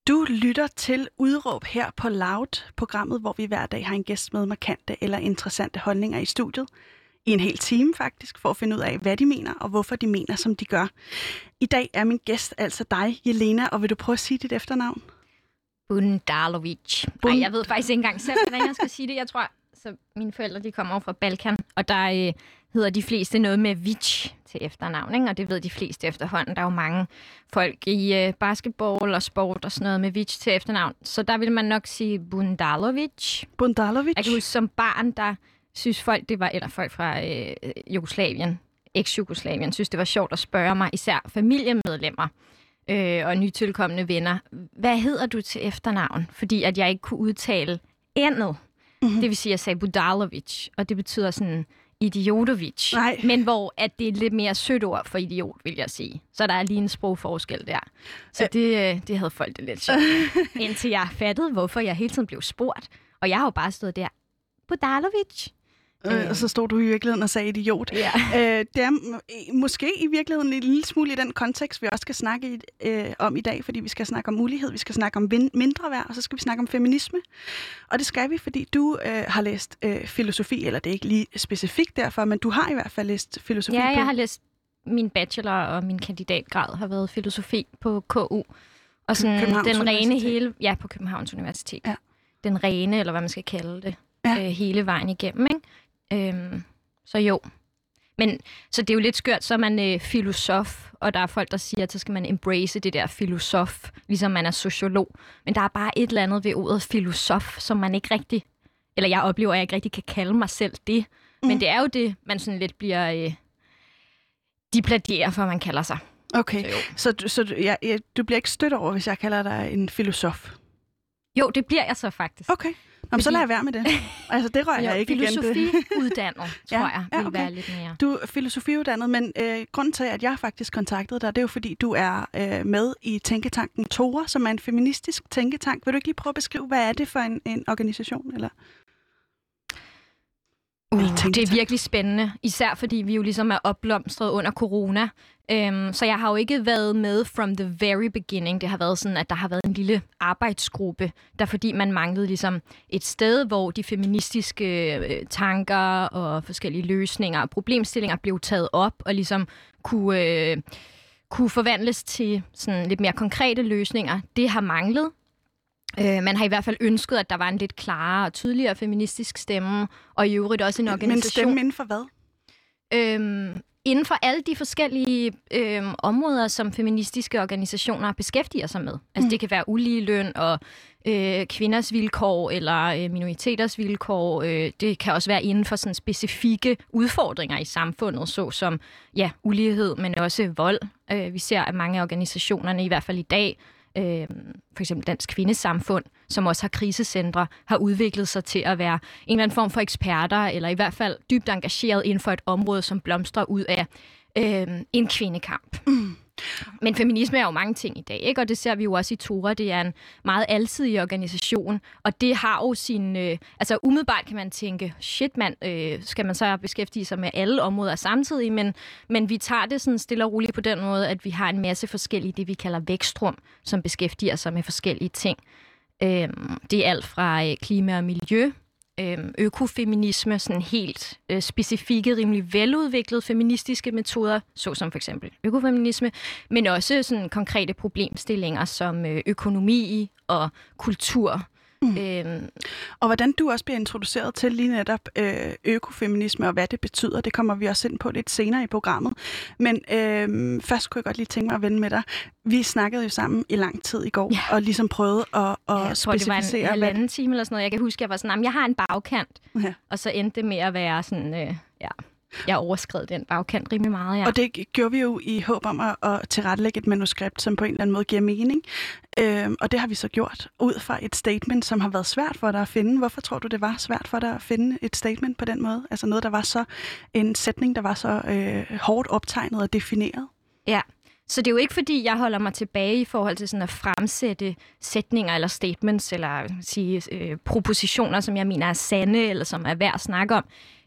Du lytter til Udråb her på Loud, programmet, hvor vi hver dag har en gæst med markante eller interessante holdninger i studiet. I en hel time faktisk, for at finde ud af, hvad de mener og hvorfor de mener, som de gør. I dag er min gæst altså dig, Jelena, og vil du prøve at sige dit efternavn? Bundalovic. Nej, jeg ved faktisk ikke engang selv, hvordan jeg skal sige det. Jeg tror, så mine forældre de kommer over fra Balkan, og der hedder de fleste noget med Vic til efternavn, ikke? Og det ved de fleste efterhånden. Der er jo mange folk i basketball og sport og sådan noget med Vic til efternavn. Så der vil man nok sige Bundalovic. Bundalovic? Jeg kan huske som barn, der synes folk, det var, eller folk fra Jugoslavien, eks-Jugoslavien, synes det var sjovt at spørge mig, især familiemedlemmer og nytilkommende venner, hvad hedder du til efternavn? Fordi at jeg ikke kunne udtale n'et. Mm-hmm. Det vil sige, at jeg sagde Budalovic, og det betyder sådan idiotovic. Nej. Men hvor at det er lidt mere sødt ord for idiot, vil jeg sige. Så der er lige en sprogforskel der. Så det havde folk det lidt sjovt. Indtil jeg fattede, hvorfor jeg hele tiden blev spurgt. Og jeg har jo bare stået der, Budalovic. Og så stod du i virkeligheden og sagde idiot. Ja. Det er måske i virkeligheden en lille smule i den kontekst, vi også skal snakke om i dag, fordi vi skal snakke om ulighed, vi skal snakke om mindre værd, og så skal vi snakke om feminisme. Og det skal vi, fordi du har læst filosofi, eller det er ikke lige specifikt derfor, men du har i hvert fald læst filosofi. Ja, jeg har læst min bachelor og min kandidatgrad har været filosofi på KU. Og sådan den rene hele... Ja, på Københavns Universitet. Ja. Den rene, eller hvad man skal kalde det, hele vejen igennem, ikke? Så jo. Men så det er jo lidt skørt, så er man filosof, og der er folk, der siger, at så skal man embrace det der filosof, ligesom man er sociolog. Men der er bare et eller andet ved ordet filosof, som man ikke rigtig, eller jeg oplever, at jeg ikke rigtig kan kalde mig selv det. Men det er jo det, man sådan lidt bliver, de plæderer for, man kalder sig. Okay, så du bliver ikke stødt over, hvis jeg kalder dig en filosof? Jo, det bliver jeg så faktisk. Okay. Nå, så lader jeg være med det. Altså, det rører jeg ikke igen. Filosofiuddannet, tror jeg, vil være lidt mere. Du er filosofiuddannet, men grunden til, at jeg faktisk kontaktede dig, det er jo, fordi du er med i tænketanken TORA, som er en feministisk tænketank. Vil du ikke lige prøve at beskrive, hvad er det for en organisation? Eller? Det er virkelig spændende, især fordi vi jo ligesom er opblomstret under corona. Så jeg har jo ikke været med from the very beginning. Det har været sådan, at der har været en lille arbejdsgruppe, der fordi man manglede ligesom et sted, hvor de feministiske tanker og forskellige løsninger og problemstillinger blev taget op og ligesom kunne forvandles til sådan lidt mere konkrete løsninger. Det har manglet. Man har i hvert fald ønsket, at der var en lidt klarere og tydeligere feministisk stemme, og i øvrigt også en organisation. Men stemme inden for hvad? Inden for alle de forskellige områder, som feministiske organisationer beskæftiger sig med. Altså det kan være ulige løn og kvinders vilkår eller minoriteters vilkår. Det kan også være inden for sådan specifikke udfordringer i samfundet, såsom ulighed, men også vold. Vi ser, at mange af organisationerne, i hvert fald i dag, for eksempel Dansk Kvindesamfund, som også har krisecentre, har udviklet sig til at være en eller anden form for eksperter, eller i hvert fald dybt engageret inden for et område, som blomstrer ud af en kvindekamp. Men feminisme er jo mange ting i dag, ikke? Og det ser vi jo også i TORA. Det er en meget alsidig organisation, og det har jo sin... altså umiddelbart kan man tænke, shit mand, skal man så beskæftige sig med alle områder samtidig, men vi tager det sådan stille og roligt på den måde, at vi har en masse forskellige, det vi kalder vækstrum, som beskæftiger sig med forskellige ting. Det er alt fra klima og miljø, økofeminisme, sådan helt specifikke, rimelig veludviklede feministiske metoder, såsom for eksempel økofeminisme, men også sådan konkrete problemstillinger som økonomi og kultur. Og hvordan du også bliver introduceret til lige netop økofeminisme og hvad det betyder, det kommer vi også ind på lidt senere i programmet. Men først kunne jeg godt lige tænke mig at vende med dig. Vi snakkede jo sammen i lang tid i går, og ligesom prøvede at specificere... det var en halvanden time eller sådan noget. Jeg kan huske, at jeg var sådan, jeg har en bagkant, og så endte det med at være sådan... Jeg overskred den bagkant rimelig meget, ja. Og det gjorde vi jo i håb om at tilrettelægge et manuskript, som på en eller anden måde giver mening. Og det har vi så gjort ud fra et statement, som har været svært for dig at finde. Hvorfor tror du, det var svært for dig at finde et statement på den måde? Altså noget, der var så en sætning, der var så hårdt optegnet og defineret? Ja, så det er jo ikke, fordi jeg holder mig tilbage i forhold til sådan at fremsætte sætninger eller statements, eller sige propositioner, som jeg mener er sande, eller som er værd at snakke om.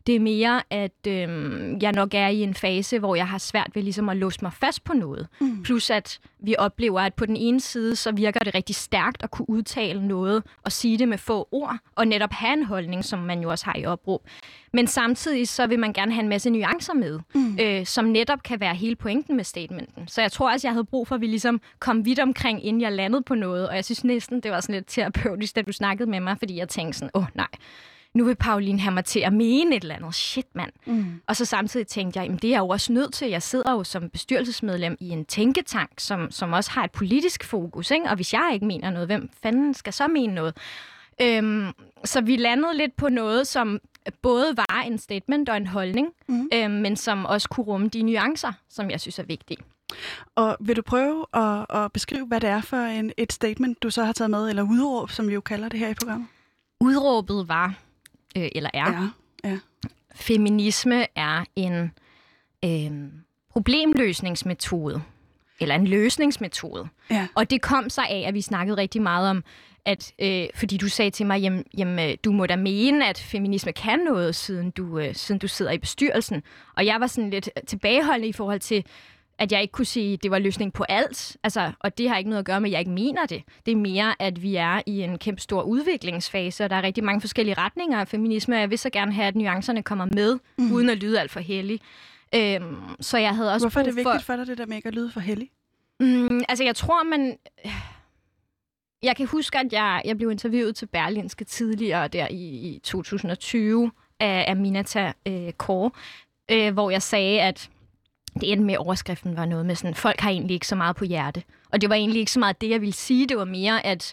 Det er mere, at jeg nok er i en fase, hvor jeg har svært ved ligesom at låse mig fast på noget. Plus at vi oplever, at på den ene side, så virker det rigtig stærkt at kunne udtale noget og sige det med få ord, og netop have en holdning, som man jo også har i opråb. Men samtidig så vil man gerne have en masse nuancer med, som netop kan være hele pointen med statementen. Så jeg tror også, jeg havde brug for, at vi ligesom kom vidt omkring, inden jeg landede på noget. Og jeg synes næsten, det var sådan lidt terapeutisk, da du snakkede med mig, fordi jeg tænkte sådan, nej, nu vil Pauline have mig til at mene et eller andet. Shit, mand. Og så samtidig tænkte jeg, jamen det er jeg jo også nødt til. Jeg sidder jo som bestyrelsesmedlem i en tænketank, som også har et politisk fokus, ikke? Og hvis jeg ikke mener noget, hvem fanden skal så mene noget? Så vi landede lidt på noget, som både var en statement og en holdning, men som også kunne rumme de nuancer, som jeg synes er vigtige. Og vil du prøve at beskrive, hvad det er for et statement, du så har taget med, eller udråb, som vi jo kalder det her i programmet? Udråbet var, eller er, feminisme er en problemløsningsmetode, eller en løsningsmetode. Ja. Og det kom så af, at vi snakkede rigtig meget om, at fordi du sagde til mig, jamen, du må da mene, at feminisme kan noget, siden du sidder i bestyrelsen. Og jeg var sådan lidt tilbageholdende i forhold til, at jeg ikke kunne sige, at det var løsning på alt. Altså, og det har ikke noget at gøre med, at jeg ikke mener det. Det er mere, at vi er i en kæmpe stor udviklingsfase, og der er rigtig mange forskellige retninger af feminisme, og jeg vil så gerne have, at nuancerne kommer med, uden at lyde alt for hellig. Så jeg havde også Hvorfor er det vigtigt for dig, det der med ikke at lyde for hellig? Altså, jeg tror, jeg kan huske, at jeg blev interviewet til Berlingske tidligere der i 2020 af Aminata Kåre, hvor jeg sagde, at det endte med, overskriften var noget med sådan, folk har egentlig ikke så meget på hjerte. Og det var egentlig ikke så meget det, jeg ville sige. Det var mere, at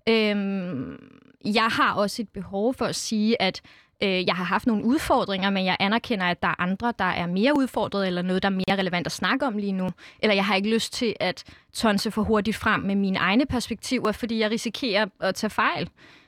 jeg har også et behov for at sige, at jeg har haft nogle udfordringer, men jeg anerkender, at der er andre, der er mere udfordret, eller noget, der er mere relevant at snakke om lige nu. Eller jeg har ikke lyst til at tonse for hurtigt frem med mine egne perspektiver, fordi jeg risikerer at tage fejl.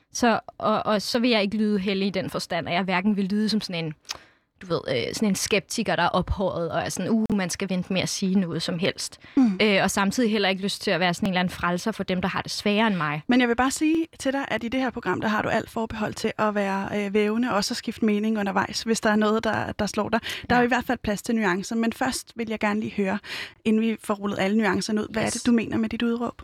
Og så vil jeg ikke lyde heldig i den forstand, at jeg hverken vil lyde som sådan en, sådan en skeptiker, der er ophøjet, og er sådan, man skal vente med at sige noget som helst. Og samtidig heller ikke lyst til at være sådan en eller anden frelser for dem, der har det sværere end mig. Men jeg vil bare sige til dig, at i det her program, der har du alt forbehold til at være vævende, og også at skifte mening undervejs, hvis der er noget, der slår dig. Der er i hvert fald plads til nuancer, men først vil jeg gerne lige høre, inden vi får rullet alle nuancerne ud, hvad er det, du mener med dit udråb?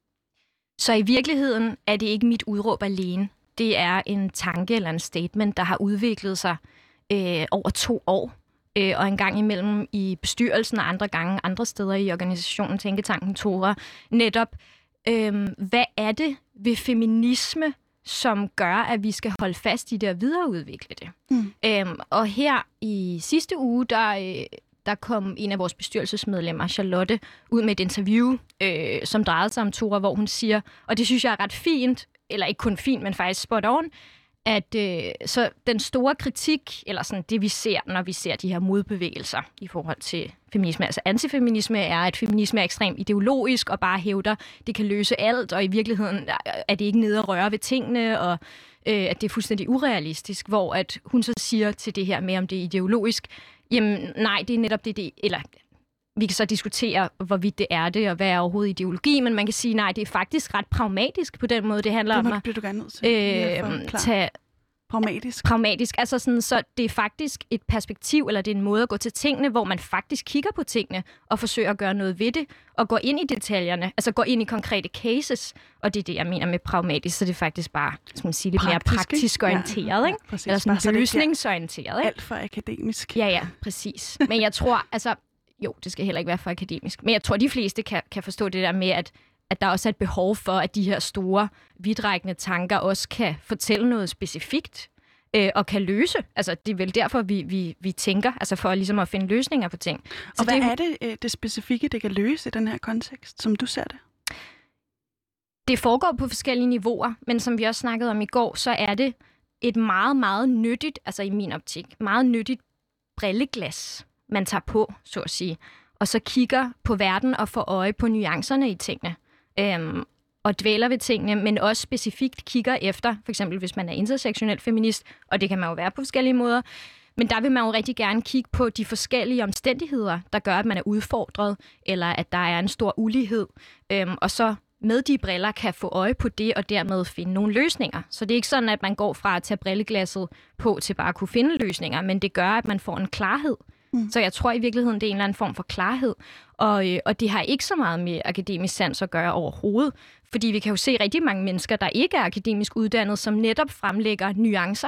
Så i virkeligheden er det ikke mit udråb alene. Det er en tanke eller en statement, der har udviklet sig over 2 år, og en gang imellem i bestyrelsen og andre gange andre steder i organisationen Tænketanken Tora. Netop, hvad er det ved feminisme, som gør, at vi skal holde fast i det og videreudvikle det? Og her i sidste uge, der kom en af vores bestyrelsesmedlemmer, Charlotte, ud med et interview, som drejede sig om Tora, hvor hun siger, og det synes jeg er ret fint, eller ikke kun fint, men faktisk spot on, at så den store kritik, eller sådan det vi ser, når vi ser de her modbevægelser i forhold til feminisme, altså antifeminisme, er, at feminisme er ekstremt ideologisk og bare hævder, det kan løse alt, og i virkeligheden er det ikke nede at røre ved tingene, og at det er fuldstændig urealistisk, hvor at hun så siger til det her med, om det er ideologisk, jamen nej, det er netop det, eller vi kan så diskutere, hvorvidt det er det, og hvad er overhovedet ideologi, men man kan sige, nej, det er faktisk ret pragmatisk på den måde. Det handler om at du gerne nødt til tage pragmatisk. Altså sådan, så det er faktisk et perspektiv, eller det er en måde at gå til tingene, hvor man faktisk kigger på tingene, og forsøger at gøre noget ved det, og går ind i detaljerne, altså går ind i konkrete cases, og det er det, jeg mener med pragmatisk, så det er faktisk bare, skal man sige, lidt mere praktisk orienteret, ikke? Præcis. Eller sådan løsningsorienteret, ikke? Alt for akademisk. Ja, præcis. Men jeg tror, altså, jo, det skal heller ikke være for akademisk. Men jeg tror, de fleste kan forstå det der med, at der også er et behov for, at de her store, vidtrækkende tanker også kan fortælle noget specifikt og kan løse. Altså, det er vel derfor, vi tænker, altså for ligesom at finde løsninger på ting. Så og hvad er det specifikke, det kan løse i den her kontekst, som du ser det? Det foregår på forskellige niveauer, men som vi også snakkede om i går, så er det et meget, meget nyttigt, altså i min optik, meget nyttigt brilleglas, man tager på, så at sige, og så kigger på verden og får øje på nuancerne i tingene, og dvæler ved tingene, men også specifikt kigger efter, for eksempel hvis man er intersektionel feminist, og det kan man jo være på forskellige måder, men der vil man jo rigtig gerne kigge på de forskellige omstændigheder, der gør, at man er udfordret, eller at der er en stor ulighed, og så med de briller kan få øje på det, og dermed finde nogle løsninger. Så det er ikke sådan, at man går fra at tage brilleglasset på til bare at kunne finde løsninger, men det gør, at man får en klarhed. Så jeg tror i virkeligheden, det er en eller anden form for klarhed. Og det har ikke så meget med akademisk sans at gøre overhovedet. Fordi vi kan jo se rigtig mange mennesker, der ikke er akademisk uddannet, som netop fremlægger nuancer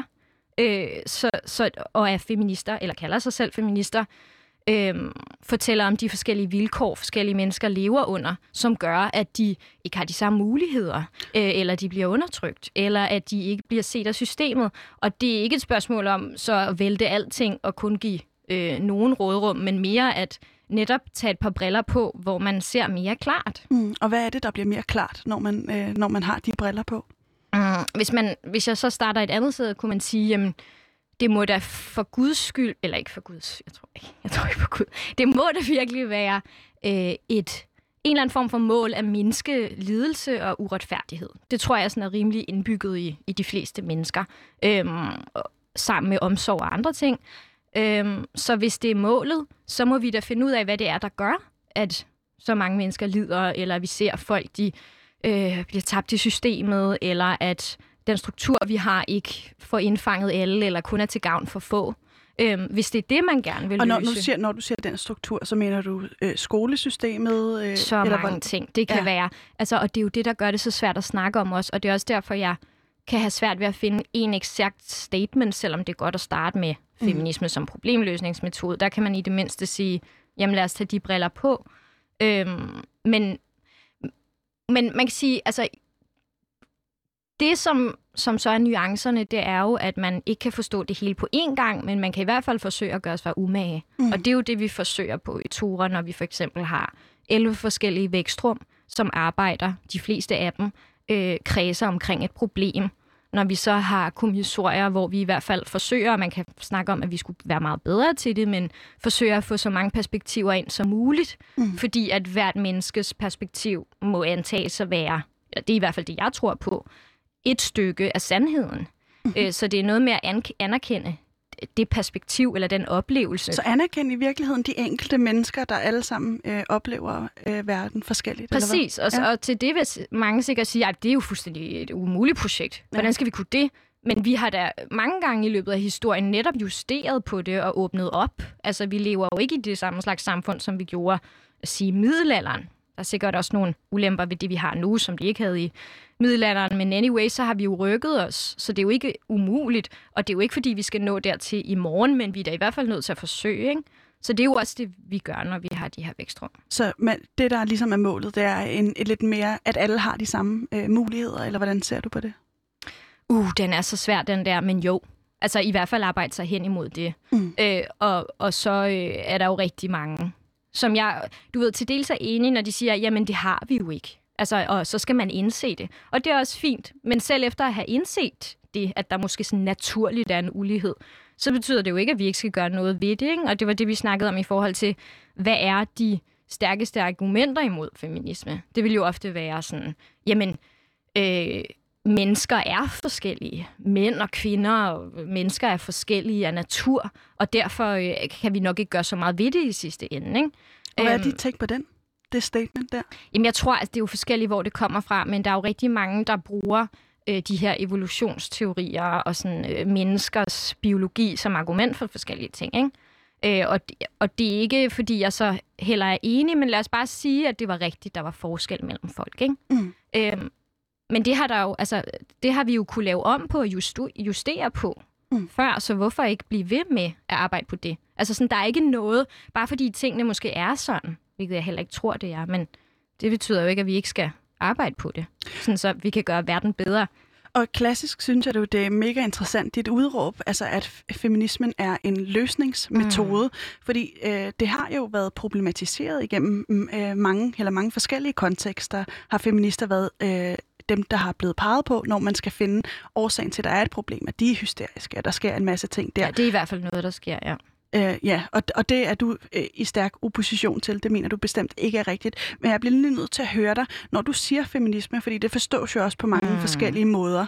og er feminister, eller kalder sig selv feminister, fortæller om de forskellige vilkår, forskellige mennesker lever under, som gør, at de ikke har de samme muligheder, eller de bliver undertrykt, eller at de ikke bliver set af systemet. Og det er ikke et spørgsmål om så at vælte alting og kun give nogen rådrum, men mere at netop tage et par briller på, hvor man ser mere klart. Og hvad er det, der bliver mere klart, når man har de briller på? Hvis jeg så starter et andet sted, kunne man sige, jamen, det må da for Guds skyld, eller ikke for Guds, jeg tror ikke for Gud, det må da virkelig være en eller anden form for mål at mindske lidelse og uretfærdighed. Det tror jeg sådan er rimelig indbygget i de fleste mennesker, sammen med omsorg og andre ting. Så hvis det er målet, så må vi da finde ud af, hvad det er, der gør, at så mange mennesker lider, eller vi ser folk, de bliver tabt i systemet, eller at den struktur, vi har, ikke får indfanget alle, eller kun er til gavn for få. Hvis det er det, man gerne vil løse. Og når du siger den struktur, så mener du skolesystemet? Så eller mange ting. Det kan være. Altså, og det er jo det, der gør det så svært at snakke om os, og det er også derfor, jeg kan have svært ved at finde en eksakt statement, selvom det er godt at starte med feminisme som problemløsningsmetode. Der kan man i det mindste sige, jamen lad os tage de briller på. Men man kan sige, altså det, som så er nuancerne, det er jo, at man ikke kan forstå det hele på én gang, men man kan i hvert fald forsøge at gøre sig umage. Og det er jo det, vi forsøger på i Tora, når vi for eksempel har 11 forskellige vækstrum, som arbejder, de fleste af dem, kredser omkring et problem. Når vi så har kommissorier, hvor vi i hvert fald forsøger, og man kan snakke om, at vi skulle være meget bedre til det, men forsøger at få så mange perspektiver ind som muligt, fordi at hvert menneskes perspektiv må antages at være, det er i hvert fald det, jeg tror på, et stykke af sandheden. Så det er noget med at anerkende det perspektiv eller den oplevelse. Så anerkende i virkeligheden de enkelte mennesker, der alle sammen oplever verden forskelligt. Præcis, og til det vil mange sikkert sige, at det er jo fuldstændig et umuligt projekt. Hvordan skal vi kunne det? Men vi har da mange gange i løbet af historien netop justeret på det og åbnet op. Altså, vi lever jo ikke i det samme slags samfund, som vi gjorde at sige middelalderen. Der er sikkert også nogle ulemper ved det, vi har nu, som de ikke havde i middelalderen. Men anyway, så har vi jo rykket os, så det er jo ikke umuligt. Og det er jo ikke, fordi vi skal nå dertil i morgen, men vi er da i hvert fald nødt til at forsøge, ikke? Så det er jo også det, vi gør, når vi har de her vækstrum. Så det, der ligesom er målet, det er et lidt mere, at alle har de samme muligheder, eller hvordan ser du på det? Den er så svær, den der, men jo. Altså i hvert fald arbejde sig hen imod det. Og så er der jo rigtig mange, som jeg, til dels er enig, når de siger, jamen det har vi jo ikke. Altså, og så skal man indse det. Og det er også fint. Men selv efter at have indset det, at der måske sådan naturligt er en ulighed, så betyder det jo ikke, at vi ikke skal gøre noget ved det, ikke? Og det var det, vi snakkede om i forhold til, hvad er de stærkeste argumenter imod feminisme? Det vil jo ofte være sådan, jamen, mennesker er forskellige. Mænd og kvinder og mennesker er forskellige af natur, og derfor kan vi nok ikke gøre så meget ved det i sidste ende, ikke? Og hvad er dit take på det statement der? Jamen, jeg tror, at det er jo forskelligt, hvor det kommer fra, men der er jo rigtig mange, der bruger de her evolutionsteorier og sådan, menneskers biologi som argument for forskellige ting, ikke? Og det er ikke, fordi jeg så heller er enig, men lad os bare sige, at det var rigtigt, der var forskel mellem folk, ikke? Men det har vi jo kunne lave om på og justere på før, så hvorfor ikke blive ved med at arbejde på det? Altså sådan, der er ikke noget, bare fordi tingene måske er sådan, hvilket jeg heller ikke tror, det er, men det betyder jo ikke, at vi ikke skal arbejde på det, sådan så vi kan gøre verden bedre. Og klassisk synes jeg, det er mega interessant, dit udråb, altså at feminismen er en løsningsmetode, fordi det har jo været problematiseret igennem mange forskellige kontekster, har feminister været dem, der har blevet peget på, når man skal finde årsagen til, at der er et problem, at de er hysteriske, og der sker en masse ting der. Ja, det er i hvert fald noget, der sker, ja. Og det er du i stærk opposition til. Det mener du bestemt ikke er rigtigt. Men jeg bliver lige nødt til at høre dig, når du siger feminisme, fordi det forstås jo også på mange forskellige måder.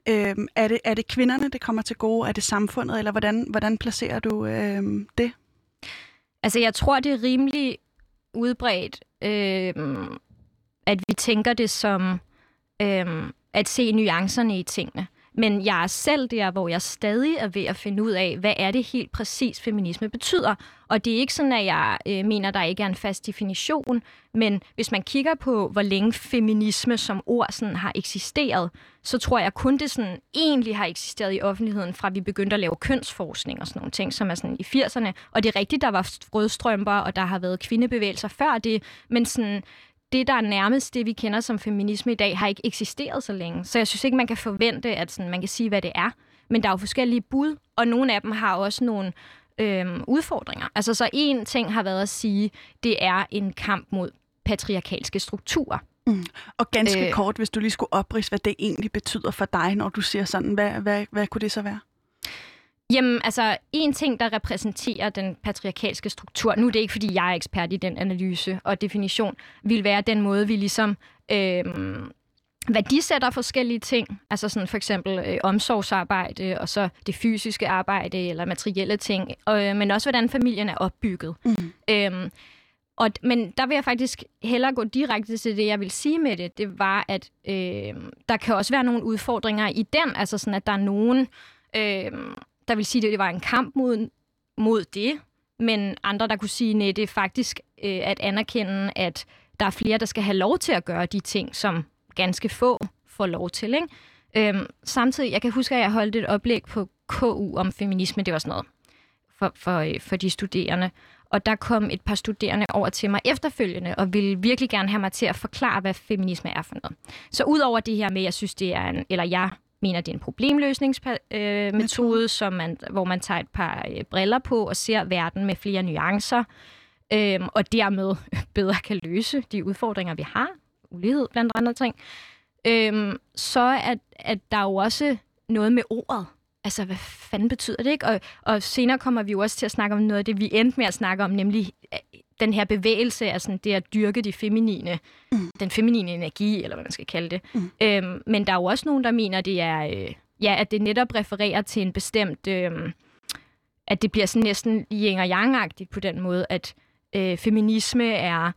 Er det kvinderne, det kommer til gode? Er det samfundet? Eller hvordan placerer du det? Altså, jeg tror, det er rimelig udbredt, at vi tænker det som at se nuancerne i tingene. Men jeg er selv der, hvor jeg stadig er ved at finde ud af, hvad er det helt præcis feminisme betyder. Og det er ikke sådan, at jeg mener, der ikke er en fast definition, men hvis man kigger på, hvor længe feminisme som ord sådan har eksisteret, så tror jeg kun det sådan egentlig har eksisteret i offentligheden, fra vi begyndte at lave kønsforskning og sådan nogle ting, som er sådan i 80'erne. Og det er rigtigt, der var rødstrømper, og der har været kvindebevægelser før det, men sådan det, der er nærmest det, vi kender som feminisme i dag, har ikke eksisteret så længe. Så jeg synes ikke, man kan forvente, at sådan, man kan sige, hvad det er. Men der er jo forskellige bud, og nogle af dem har også nogle udfordringer. Altså, så en ting har været at sige, det er en kamp mod patriarkalske strukturer. Og ganske kort, hvis du lige skulle opridse, hvad det egentlig betyder for dig, når du siger sådan, hvad kunne det så være? Jamen, altså, en ting, der repræsenterer den patriarkalske struktur, nu er det ikke, fordi jeg er ekspert i den analyse og definition, vil være den måde, vi ligesom værdisætter forskellige ting, altså sådan for eksempel omsorgsarbejde, og så det fysiske arbejde, eller materielle ting, men også, hvordan familien er opbygget. Men der vil jeg faktisk hellere gå direkte til det, jeg vil sige med det. Det var, at der kan også være nogle udfordringer i den, altså sådan, at der er nogen der vil sige, at det var en kamp mod det, men andre, der kunne sige, at det er faktisk at anerkende, at der er flere, der skal have lov til at gøre de ting, som ganske få får lov til. Ikke? Samtidig, jeg kan huske, at jeg holdt et oplæg på KU om feminisme, det var sådan noget for de studerende, og der kom et par studerende over til mig efterfølgende, og ville virkelig gerne have mig til at forklare, hvad feminisme er for noget. Så udover det her med, jeg synes, det er jeg mener, det er en problemløsningsmetode, hvor man tager et par briller på og ser verden med flere nuancer, og dermed bedre kan løse de udfordringer, vi har, ulighed blandt andre ting. Så at der jo også noget med ordet. Altså, hvad fanden betyder det, ikke? Og senere kommer vi jo også til at snakke om noget af det, vi endte med at snakke om, nemlig den her bevægelse, altså det at dyrke det feminine, den feminine energi, eller hvad man skal kalde det. Men der er jo også nogen, der mener, det er, at det netop refererer til en bestemt, at det bliver sådan næsten yin og yang-agtigt på den måde, at feminisme er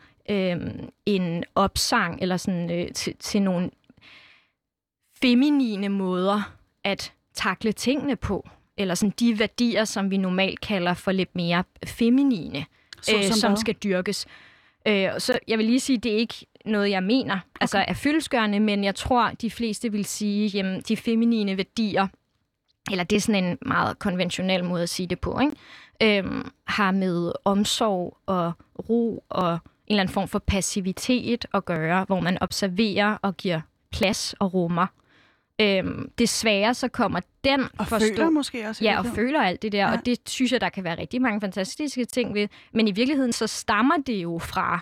en opsang, eller sådan til nogle feminine måder at takle tingene på, eller sådan de værdier, som vi normalt kalder for lidt mere feminine, som skal dyrkes. Så jeg vil lige sige, det er ikke noget, jeg mener, altså er fyldestgørende, men jeg tror, de fleste vil sige, jamen, de feminine værdier, eller det er sådan en meget konventionel måde at sige det på, ikke? Har med omsorg og ro og en eller anden form for passivitet at gøre, hvor man observerer og giver plads og rummer. Desværre så kommer den og føler måske også. Ja, og føler alt det der, og det synes jeg, der kan være rigtig mange fantastiske ting ved. Men i virkeligheden så stammer det jo fra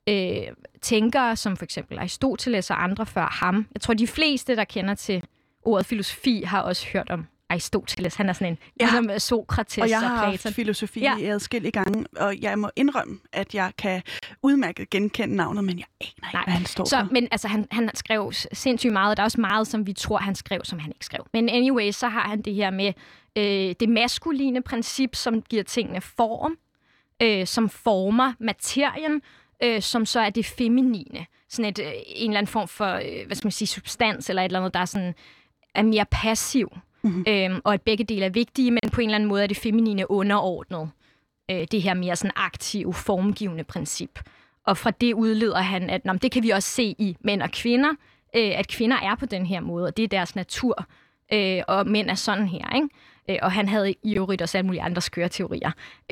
tænkere, som for eksempel Aristoteles og andre før ham. Jeg tror, de fleste, der kender til ordet filosofi, har også hørt om Aristoteles. Han er sådan en ligesom Sokrates og jeg har haft filosofi i adskillige gange, og jeg må indrømme, at jeg kan udmærket genkende navnet, men jeg aner ikke, hvad han står for. Men altså, han skrev sindssygt meget, og der er også meget, som vi tror, han skrev, som han ikke skrev. Men anyway, så har han det her med det maskuline princip, som giver tingene form, som former materien, som så er det feminine. Sådan en eller anden form for, hvad skal man sige, substans, eller et eller andet, der er sådan er mere passiv. Og at begge dele er vigtige, men på en eller anden måde er det feminine underordnet. Det her mere sådan aktive, formgivende princip. Og fra det udleder han, at det kan vi også se i mænd og kvinder, at kvinder er på den her måde, og det er deres natur, og mænd er sådan her, ikke? Og han havde i øvrigt også alle mulige andre skøre teorier.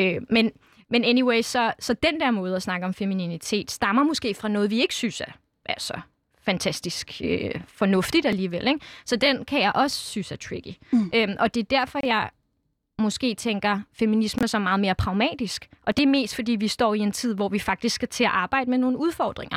Men anyway, så den der måde at snakke om femininitet stammer måske fra noget, vi ikke synes er altså fantastisk fornuftigt alligevel, ikke? Så den kan jeg også synes er tricky. Og det er derfor, jeg måske tænker feminisme som meget mere pragmatisk. Og det er mest, fordi vi står i en tid, hvor vi faktisk skal til at arbejde med nogle udfordringer.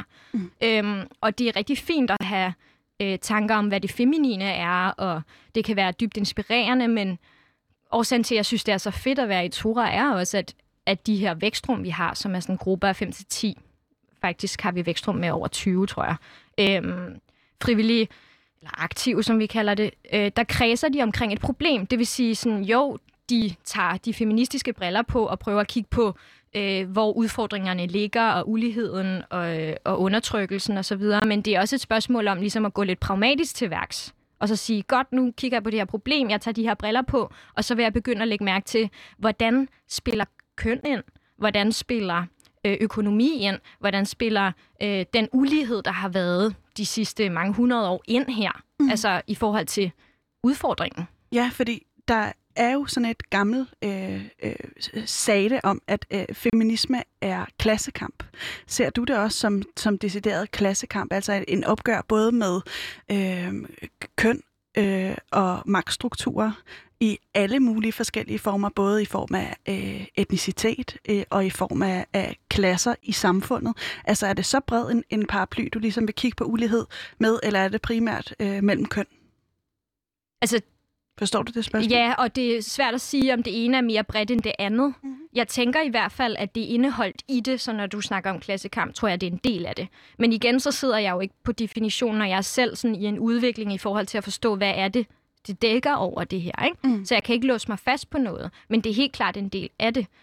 Og det er rigtig fint at have tanker om, hvad det feminine er, og det kan være dybt inspirerende, men årsagen til, at jeg synes, det er så fedt at være i Tora, er også, at de her vækstrum, vi har, som er sådan en gruppe af 5-10, faktisk har vi vækstrum med over 20, tror jeg, frivillige, eller aktive, som vi kalder det, der kredser de omkring et problem. Det vil sige sådan, jo, de tager de feministiske briller på og prøver at kigge på hvor udfordringerne ligger, og uligheden og undertrykkelsen osv., men det er også et spørgsmål om ligesom at gå lidt pragmatisk til værks, og så sige, godt, nu kigger jeg på det her problem, jeg tager de her briller på, og så vil jeg begynde at lægge mærke til, hvordan spiller køn ind, hvordan spiller økonomi ind, hvordan spiller den ulighed, der har været de sidste mange 100 år ind her, altså i forhold til udfordringen. Ja, fordi der er jo sådan et gammelt sage om, at feminisme er klassekamp. Ser du det også som decideret klassekamp, altså en opgør både med køn og magtstrukturer i alle mulige forskellige former, både i form af etnicitet og i form af klasser i samfundet. Altså er det så bred en paraply, du ligesom vil kigge på ulighed med, eller er det primært mellem køn? Altså, forstår du det spørgsmål? Ja, og det er svært at sige, om det ene er mere bredt end det andet. Jeg tænker i hvert fald, at det er indeholdt i det, så når du snakker om klassekamp, tror jeg, det er en del af det. Men igen, så sidder jeg jo ikke på definitionen, og jeg er selv sådan i en udvikling i forhold til at forstå, hvad er det dækker over det her, ikke? Så jeg kan ikke låse mig fast på noget, men det er helt klart en del af det.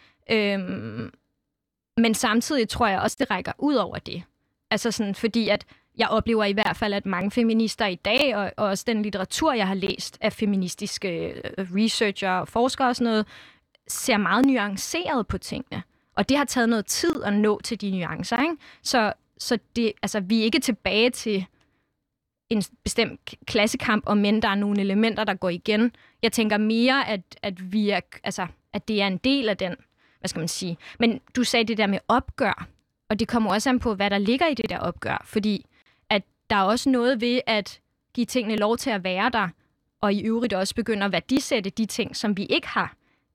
Men samtidig tror jeg også, det rækker ud over det. Altså sådan, fordi at jeg oplever i hvert fald, at mange feminister i dag, og også den litteratur, jeg har læst af feministiske researcher og forskere og sådan noget, ser meget nuanceret på tingene. Og det har taget noget tid at nå til de nuancer, ikke? Så det, altså, vi er ikke tilbage til en bestemt klassekamp, og men der er nogle elementer, der går igen. Jeg tænker mere, at vi er, altså, at det er en del af den, hvad skal man sige. Men du sagde det der med opgør, og det kommer også an på, hvad der ligger i det der opgør, fordi at der er også noget ved at give tingene lov til at være der, og i øvrigt også begynde at værdisætte de ting, som vi ikke har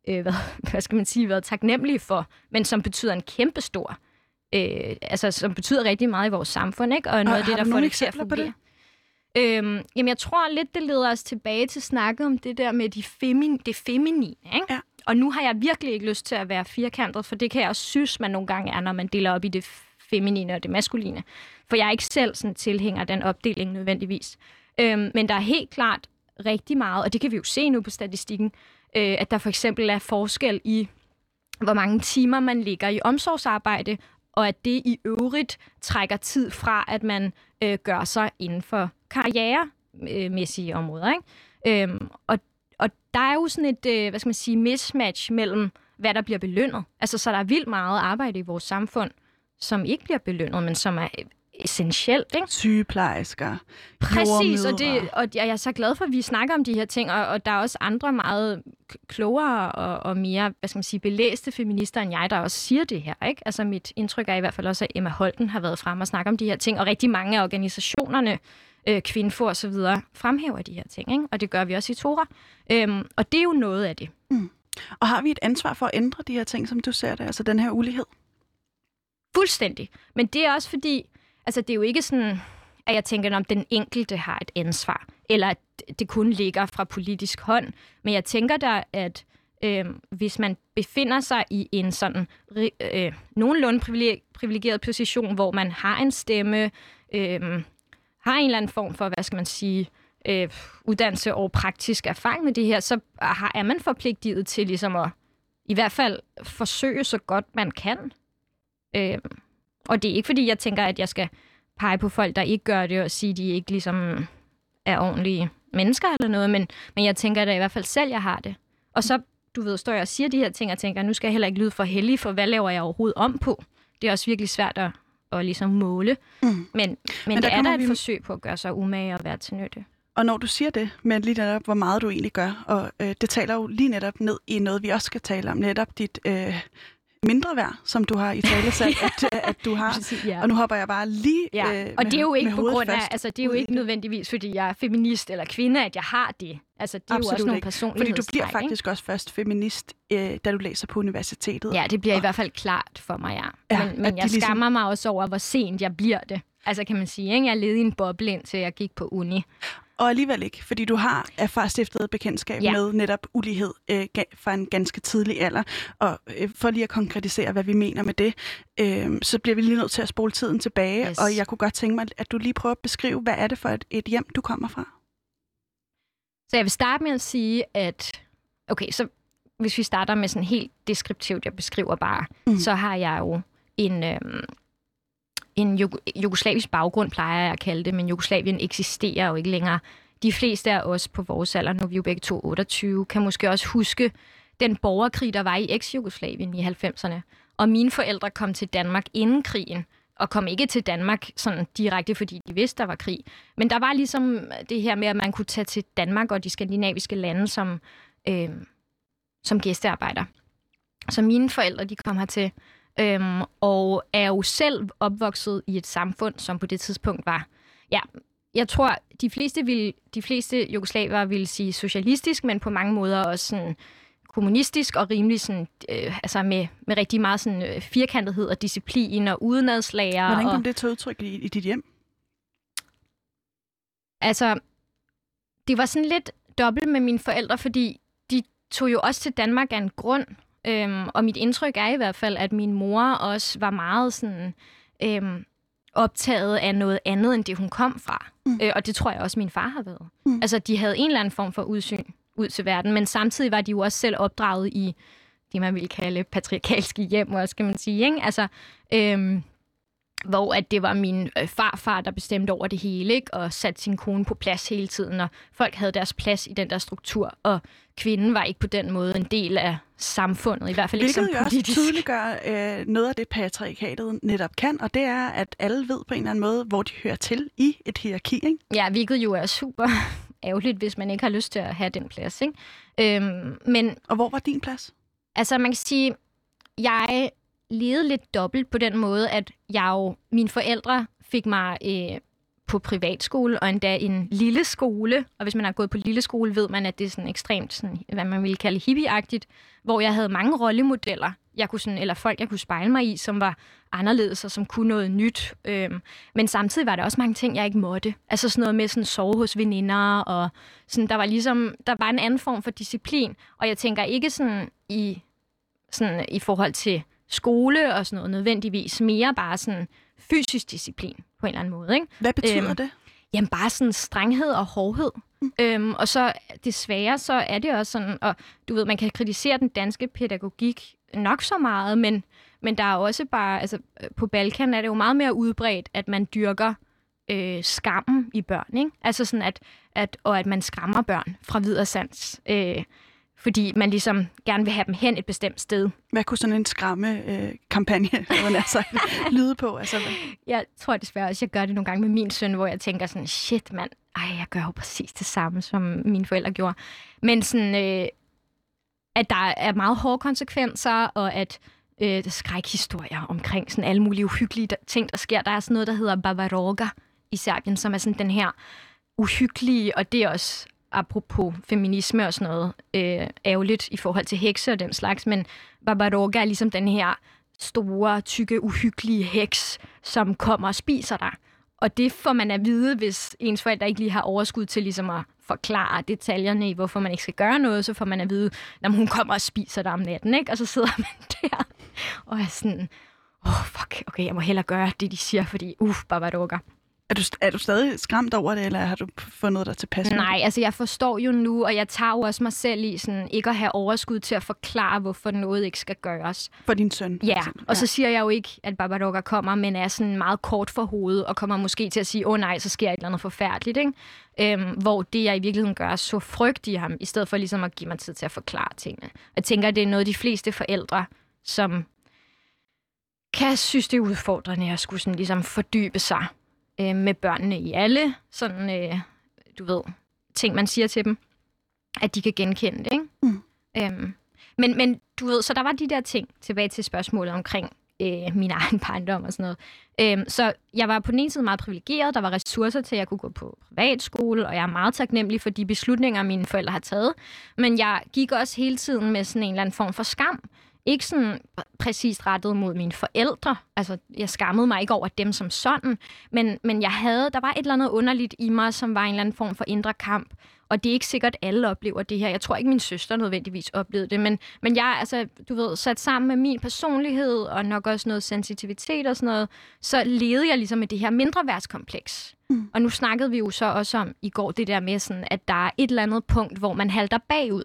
været taknemmelige for, men som betyder en kæmpestor, altså som betyder rigtig meget i vores samfund, ikke? Og noget af det, der får det til at fungere. Jamen, jeg tror lidt, det leder os tilbage til snakke om det der med det feminine, ikke? Ja. Og nu har jeg virkelig ikke lyst til at være firkantet, for det kan jeg også synes, man nogle gange er, når man deler op i det feminine og det maskuline. For jeg er ikke selv sådan tilhænger af den opdeling nødvendigvis. Men der er helt klart rigtig meget, og det kan vi jo se nu på statistikken, at der for eksempel er forskel i, hvor mange timer man ligger i omsorgsarbejde, og at det i øvrigt trækker tid fra, at man gør sig inden for karrieremæssige områder, ikke? Og der er jo sådan et, mismatch mellem, hvad der bliver belønnet. Altså, så der er vildt meget arbejde i vores samfund, som ikke bliver belønnet, men som er essentielt, ikke? Sygeplejersker, præcis, og jeg er så glad for, at vi snakker om de her ting, og der er også andre meget klogere og mere, belæste feminister end jeg, der også siger det her, ikke? Altså, mit indtryk er i hvert fald også, at Emma Holten har været frem og snakke om de her ting, og rigtig mange af organisationerne, Kvinfo og så videre, fremhæver de her ting, ikke? Og det gør vi også i Tora. Og det er jo noget af det. Og har vi et ansvar for at ændre de her ting, som du ser det, altså den her ulighed? Fuldstændig. Men det er også fordi, altså det er jo ikke sådan, at jeg tænker, om den enkelte har et ansvar, eller at det kun ligger fra politisk hånd. Men jeg tænker da, at hvis man befinder sig i en sådan nogenlunde privilegeret position, hvor man har en stemme, har en eller anden form for, uddannelse og praktisk erfaring med det her, så er man forpligtet til ligesom at i hvert fald forsøge så godt man kan. Og det er ikke fordi, jeg tænker, at jeg skal pege på folk, der ikke gør det, og sige, at de ikke ligesom er ordentlige mennesker eller noget, men jeg tænker, at i hvert fald selv, jeg har det. Og så, står jeg og siger de her ting, og tænker, at nu skal jeg heller ikke lyde for heldig, for hvad laver jeg overhovedet om på? Det er også virkelig svært at ligesom måle. Men det er der et forsøg på at gøre sig umage og være til nytte. Og når du siger det med lige netop, hvor meget du egentlig gør, og det taler jo lige netop ned i noget, vi også skal tale om, netop dit mindre værd, som du har i tale selv, at du har. Ja. Og nu hopper jeg bare lige og det er jo ikke på grund af, altså det er jo ikke nødvendigvis, fordi jeg er feminist eller kvinde, at jeg har det. Altså det er absolut jo også nogle ikke. personlighedstræk. Fordi du bliver faktisk også først feminist, da du læser på universitetet. Ja, det bliver i hvert fald klart for mig, Men jeg skammer mig også over, hvor sent jeg bliver det. Altså kan man sige, ikke? Jeg levede i en boble, indtil jeg gik på uni. Og alligevel ikke, fordi du har stiftet bekendtskab med netop ulighed fra en ganske tidlig alder. Og for lige at konkretisere, hvad vi mener med det, så bliver vi lige nødt til at spole tiden tilbage. Yes. Og jeg kunne godt tænke mig, at du lige prøver at beskrive, hvad er det for et hjem, du kommer fra? Så jeg vil starte med at sige, at okay, så hvis vi starter med sådan helt deskriptivt, jeg beskriver bare, så har jeg jo en jugoslavisk baggrund, plejer jeg at kalde det, men Jugoslavien eksisterer jo ikke længere. De fleste af os på vores alder, nu er vi jo begge 28, kan måske også huske den borgerkrig, der var i eks-Jugoslavien i 90'erne. Og mine forældre kom til Danmark inden krigen, og kom ikke til Danmark sådan direkte, fordi de vidste, der var krig. Men der var ligesom det her med, at man kunne tage til Danmark og de skandinaviske lande som gæstearbejder. Så mine forældre, de kom hertil, og er jo selv opvokset i et samfund, som på det tidspunkt var, ja, jeg tror, de fleste jugoslavere ville sige socialistisk, men på mange måder også sådan kommunistisk og rimelig sådan, altså med rigtig meget sådan firkantethed og disciplin og udenadslærer. Hvordan kom det til udtryk i dit hjem? Altså, det var sådan lidt dobbelt med mine forældre, fordi de tog jo også til Danmark af en grund. Og mit indtryk er i hvert fald, at min mor også var meget sådan optaget af noget andet, end det hun kom fra. Og det tror jeg også, min far har været. Altså, de havde en eller anden form for udsyn ud til verden, men samtidig var de jo også selv opdraget i det, man ville kalde patriarkalske hjem, også, skal man sige, ikke? Altså, hvor at det var min farfar, der bestemte over det hele, ikke? Og satte sin kone på plads hele tiden, og folk havde deres plads i den der struktur, og kvinden var ikke på den måde en del af samfundet, i hvert fald ikke som politisk. Hvilket jo også tydeliggør noget af det, patriarkatet netop kan, og det er, at alle ved på en eller anden måde, hvor de hører til i et hierarki, ikke? Ja, hvilket jo er super ærgerligt, hvis man ikke har lyst til at have den plads, ikke? Og hvor var din plads? Altså, man kan sige, jeg levede lidt dobbelt på den måde, at mine forældre fik mig på privatskole, og endda en lille skole. Og hvis man har gået på lille skole, ved man, at det er sådan ekstremt, sådan, hvad man ville kalde hippieagtigt, hvor jeg havde mange rollemodeller, eller folk, jeg kunne spejle mig i, som var anderledes og som kunne noget nyt. Men samtidig var der også mange ting, jeg ikke måtte. Altså sådan noget med sådan sove hos veninder, og sådan, der var en anden form for disciplin. Og jeg tænker ikke sådan i forhold til skole og sådan noget nødvendigvis, mere bare sådan fysisk disciplin på en eller anden måde, ikke? Hvad betyder det? Jamen bare sådan strenghed og hårdhed. Og så desværre, så er det også sådan, og du ved, man kan kritisere den danske pædagogik nok så meget, men der er også bare, altså på Balkan er det jo meget mere udbredt, at man dyrker skammen i børn, ikke? Altså sådan, at man skræmmer børn fra vid og sans. Fordi man ligesom gerne vil have dem hen et bestemt sted. Hvad kunne sådan en skræmme-kampagne lyde på? Altså, jeg tror desværre også, jeg gør det nogle gange med min søn, hvor jeg tænker sådan, shit mand, jeg gør jo præcis det samme, som mine forældre gjorde. Men sådan, at der er meget hårde konsekvenser, og at der er skrækhistorier omkring sådan alle mulige uhyggelige ting, der sker. Der er sådan noget, der hedder Baba-Roga i Serbien, som er sådan den her uhyggelige, og det er også apropos feminisme og sådan noget, ærgerligt i forhold til hekse og den slags, men Baba-Roga er ligesom den her store, tykke, uhyggelige heks, som kommer og spiser dig. Og det får man at vide, hvis ens forældre ikke lige har overskud til ligesom at forklare detaljerne i, hvorfor man ikke skal gøre noget, så får man at vide, når hun kommer og spiser dig om natten, ikke? Og så sidder man der og er sådan, fuck, okay, jeg må hellere gøre det, de siger, fordi Baba-Roga. Er du stadig skræmt over det, eller har du fundet dig tilpas? Nej, altså jeg forstår jo nu, og jeg tager jo også mig selv i sådan, ikke at have overskud til at forklare, hvorfor noget ikke skal gøres. For din søn? Ja, og så siger jeg jo ikke, at Baba-Roga kommer, men er sådan meget kort for hovedet, og kommer måske til at sige, nej, så sker et eller andet forfærdeligt, ikke? Hvor det, jeg i virkeligheden gør, så frygt i ham, i stedet for ligesom at give mig tid til at forklare tingene. Jeg tænker, det er noget, de fleste forældre, som kan synes, det er udfordrende at skulle sådan ligesom fordybe sig med børnene i alle sådan, du ved, ting, man siger til dem, at de kan genkende det, ikke? Men du ved, så der var de der ting, tilbage til spørgsmålet omkring min egen barndom og sådan noget. Så jeg var på den ene side meget privilegeret, der var ressourcer til, at jeg kunne gå på privatskole, og jeg er meget taknemmelig for de beslutninger, mine forældre har taget. Men jeg gik også hele tiden med sådan en eller anden form for skam. Ikke sådan præcist rettet mod mine forældre. Altså, jeg skammede mig ikke over dem som sådan. Men der var et eller andet underligt i mig, som var en eller anden form for indre kamp. Og det er ikke sikkert, at alle oplever det her. Jeg tror ikke, min søster nødvendigvis oplevede det. Men jeg, altså, du ved, sat sammen med min personlighed, og nok også noget sensitivitet og sådan noget, så levede jeg ligesom med det her mindreværdskompleks. Og nu snakkede vi jo så også om i går det der med sådan, at der er et eller andet punkt, hvor man halter bagud.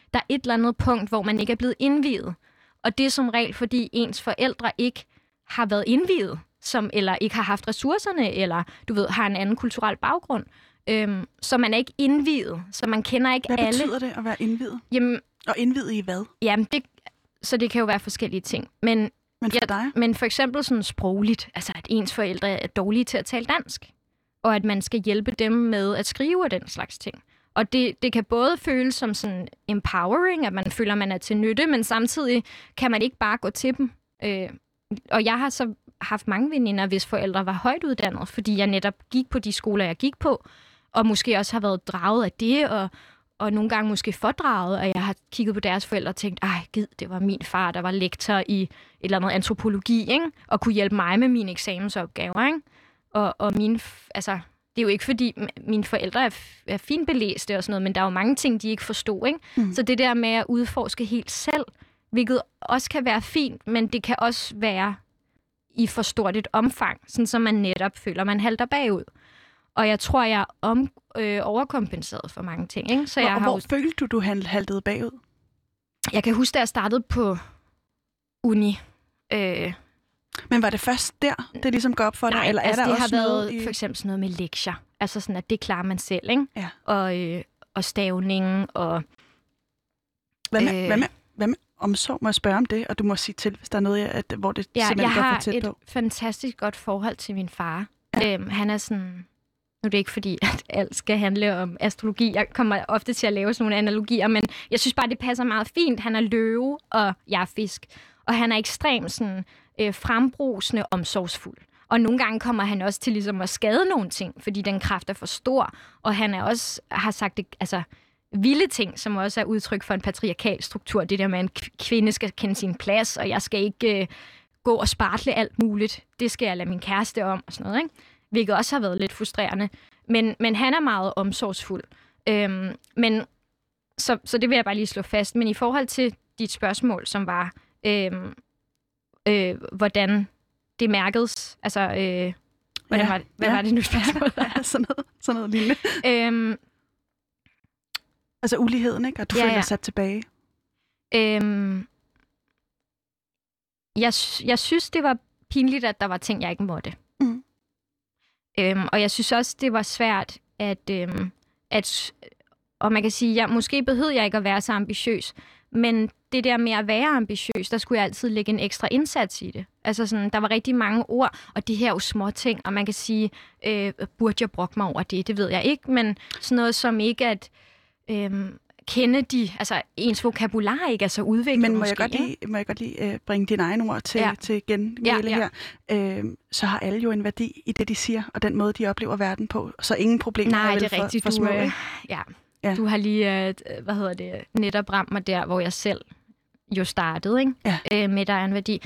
der er et eller andet punkt, hvor man ikke er blevet indviet. Og det er som regel, fordi ens forældre ikke har været indviet, eller ikke har haft ressourcerne, eller har en anden kulturel baggrund. Så man er ikke indviet, så man kender ikke alle. Hvad betyder det at være indviet? Jamen, og indviet i hvad? Jamen, så det kan jo være forskellige ting. Men for dig? Men for eksempel sådan sprogligt, altså at ens forældre er dårlige til at tale dansk, og at man skal hjælpe dem med at skrive og den slags ting. Og det kan både føles som sådan empowering, at man føler, man er til nytte, men samtidig kan man ikke bare gå til dem. Og jeg har så haft mange veninder, hvis forældre var højt uddannet, fordi jeg netop gik på de skoler, jeg gik på, og måske også har været draget af det, og nogle gange måske fordraget, og jeg har kigget på deres forældre og tænkt, det var min far, der var lektor i et eller andet antropologi, ikke? Og kunne hjælpe mig med mine eksamensopgaver, ikke? Og mine, altså, det er jo ikke fordi, mine forældre er fint belæste og sådan noget, men der er jo mange ting, de ikke forstod, ikke? Mm. Så det der med at udforske helt selv, hvilket også kan være fint, men det kan også være i for stort et omfang, sådan så man netop føler, man halter bagud. Og jeg tror, jeg er overkompenseret for mange ting. Ikke? Så hvor følte du haltede bagud? Jeg kan huske, da jeg startede på uni. Men var det først der, det ligesom går op for dig? Nej, eller altså, er der det også har noget været for eksempel sådan noget med lektier. Altså sådan, at det klarer man selv, ikke? Ja. Og stavningen og... Hvad med omsorg? Må jeg spørge om det? Og du må sige til, hvis der er noget, hvor det simpelthen går for tæt på. Jeg har et fantastisk godt forhold til min far. Ja. Han er sådan... Nu er det ikke fordi, at alt skal handle om astrologi. Jeg kommer ofte til at lave sådan nogle analogier, men jeg synes bare, det passer meget fint. Han er løve, og jeg er fisk. Og han er ekstremt sådan, frembrusende omsorgsfuld. Og nogle gange kommer han også til ligesom at skade nogle ting, fordi den kraft er for stor. Og han er også, har sagt det, altså vilde ting, som også er udtryk for en patriarkal struktur. Det der med, at en kvinde skal kende sin plads, og jeg skal ikke gå og spartle alt muligt. Det skal jeg lade min kæreste om, og sådan noget, ikke? Hvilket også har været lidt frustrerende. Men han er meget omsorgsfuld. Så det vil jeg bare lige slå fast. Men i forhold til dit spørgsmål, som var, hvordan det mærkedes, altså, hvad var det nu spørgsmål? sådan noget lignende. Altså uligheden, ikke? Og du føler dig sat tilbage. Jeg synes, det var pinligt, at der var ting, jeg ikke måtte. Mm. Og jeg synes også, det var svært, at og man kan sige, måske behøvede jeg ikke at være så ambitiøs, men det der med at være ambitiøs, der skulle jeg altid lægge en ekstra indsats i det. Altså sådan, der var rigtig mange ord, og det her er jo små ting, og man kan sige, burde jeg brokke mig over det? Det ved jeg ikke, men sådan noget som ikke at kende ens vokabular ikke er så udviklet. Men må jeg godt lige bringe dine egne ord til gengælde her. Så har alle jo en værdi i det, de siger, og den måde, de oplever verden på. Så ingen problemer er vel det er rigtigt, for små. Ja. Du har lige, netop ramt mig der, hvor jeg selv jo startede, ikke? Ja. Med der er en værdi.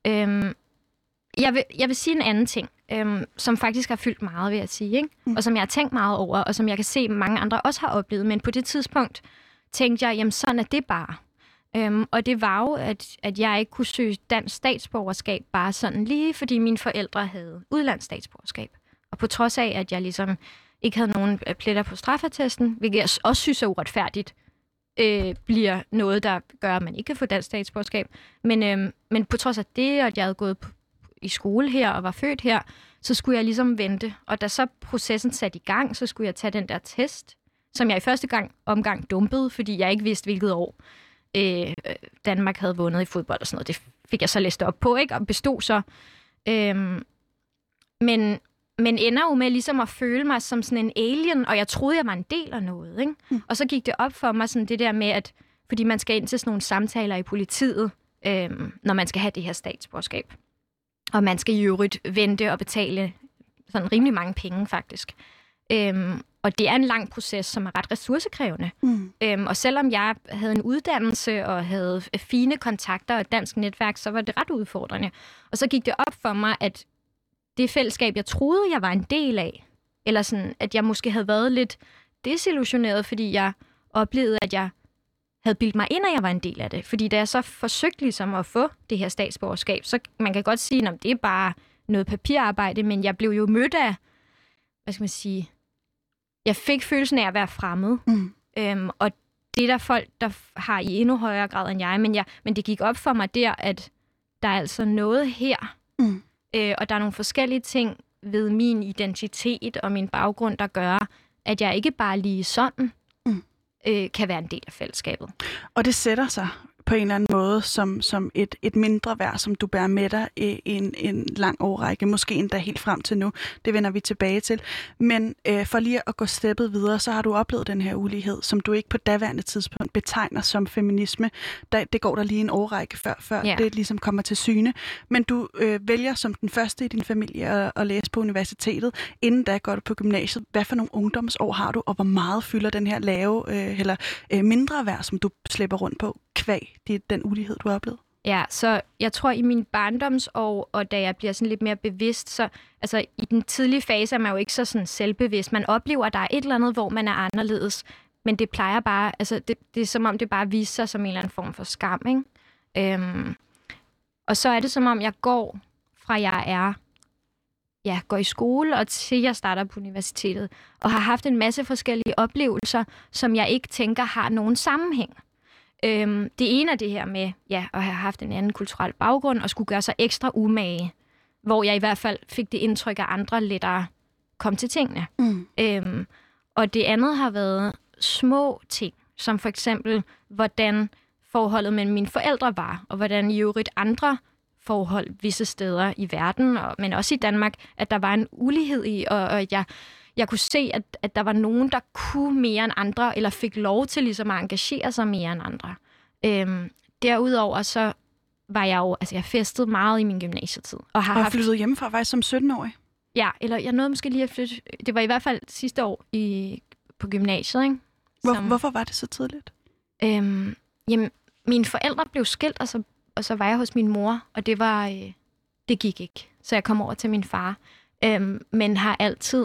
Jeg vil sige en anden ting, som faktisk har fyldt meget, vil jeg sige, ikke? Og som jeg har tænkt meget over, og som jeg kan se, mange andre også har oplevet. Men på det tidspunkt tænkte jeg, jamen sådan er det bare. Og det var jo, at jeg ikke kunne søge dansk statsborgerskab bare sådan lige, fordi mine forældre havde udlandsstatsborgerskab. Og på trods af, at jeg ligesom ikke havde nogen pletter på straffeattesten, hvilket jeg også synes er uretfærdigt, bliver noget, der gør, at man ikke kan få dansk statsborgerskab. Men på trods af det, at jeg havde gået i skole her og var født her, så skulle jeg ligesom vente. Og da så processen satte i gang, så skulle jeg tage den der test, som jeg i første omgang dumpede, fordi jeg ikke vidste, hvilket år Danmark havde vundet i fodbold og sådan noget. Det fik jeg så læst op på, ikke? Og bestod så. Men ender jo med ligesom at føle mig som sådan en alien, og jeg troede, jeg var en del af noget, ikke? Og så gik det op for mig sådan det der med, at fordi man skal ind til sådan nogle samtaler i politiet, når man skal have det her statsborgerskab. Og man skal i øvrigt vente og betale sådan rimelig mange penge, faktisk. Og det er en lang proces, som er ret ressourcekrævende. Og selvom jeg havde en uddannelse og havde fine kontakter og et dansk netværk, så var det ret udfordrende. Og så gik det op for mig, at det fællesskab, jeg troede, jeg var en del af, eller sådan, at jeg måske havde været lidt desillusioneret, fordi jeg oplevede, at jeg havde bildt mig ind, at jeg var en del af det. Fordi da jeg så forsøgte ligesom at få det her statsborgerskab, så man kan godt sige, at det er bare noget papirarbejde, men jeg blev jo mødt af, hvad skal man sige, jeg fik følelsen af at være fremmed. Og det er der folk, der har i endnu højere grad end jeg. Men det gik op for mig der, at der er altså noget her, og der er nogle forskellige ting ved min identitet og min baggrund, der gør, at jeg ikke bare lige sådan kan være en del af fællesskabet. Og det sætter sig på en eller anden måde som et mindre værd, som du bærer med dig i en lang årrække, måske endda helt frem til nu. Det vender vi tilbage til. Men for lige at gå steppet videre, så har du oplevet den her ulighed, som du ikke på daværende tidspunkt betegner som feminisme. Det går der lige en årrække før det ligesom kommer til syne. Men du vælger som den første i din familie at læse på universitetet. Inden da går du på gymnasiet. Hvad for nogle ungdomsår har du, og hvor meget fylder den her lave eller mindre værd, som du slipper rundt på, kvæg den ulighed, du har oplevet? Ja, så jeg tror i min barndomsår, og da jeg bliver sådan lidt mere bevidst, så altså i den tidlige fase er man jo ikke så sådan selvbevidst. Man oplever, at der er et eller andet, hvor man er anderledes, men det plejer bare, altså det er som om, det bare viser sig som en eller anden form for skam, ikke? Og så er det som om, jeg går fra går i skole, og til jeg starter på universitetet, og har haft en masse forskellige oplevelser, som jeg ikke tænker har nogen sammenhæng. Det ene er det her med at have haft en anden kulturel baggrund og skulle gøre sig ekstra umage, hvor jeg i hvert fald fik det indtryk af andre lettere kom til tingene. Og det andet har været små ting, som for eksempel, hvordan forholdet mellem mine forældre var, og hvordan i øvrigt andre forhold visse steder i verden, men også i Danmark, at der var en ulighed i, og jeg kunne se, at der var nogen, der kunne mere end andre, eller fik lov til ligesom at engagere sig mere end andre. Derudover så var jeg jo, altså jeg festede meget i min gymnasietid. Og flyttede hjemmefra faktisk som 17-årig? Ja, eller jeg nåede måske lige at flytte. Det var i hvert fald sidste år på gymnasiet, ikke? Hvorfor var det så tidligt? Jamen, mine forældre blev skilt, og så var jeg hos min mor, og det gik ikke. Så jeg kom over til min far. Men har altid...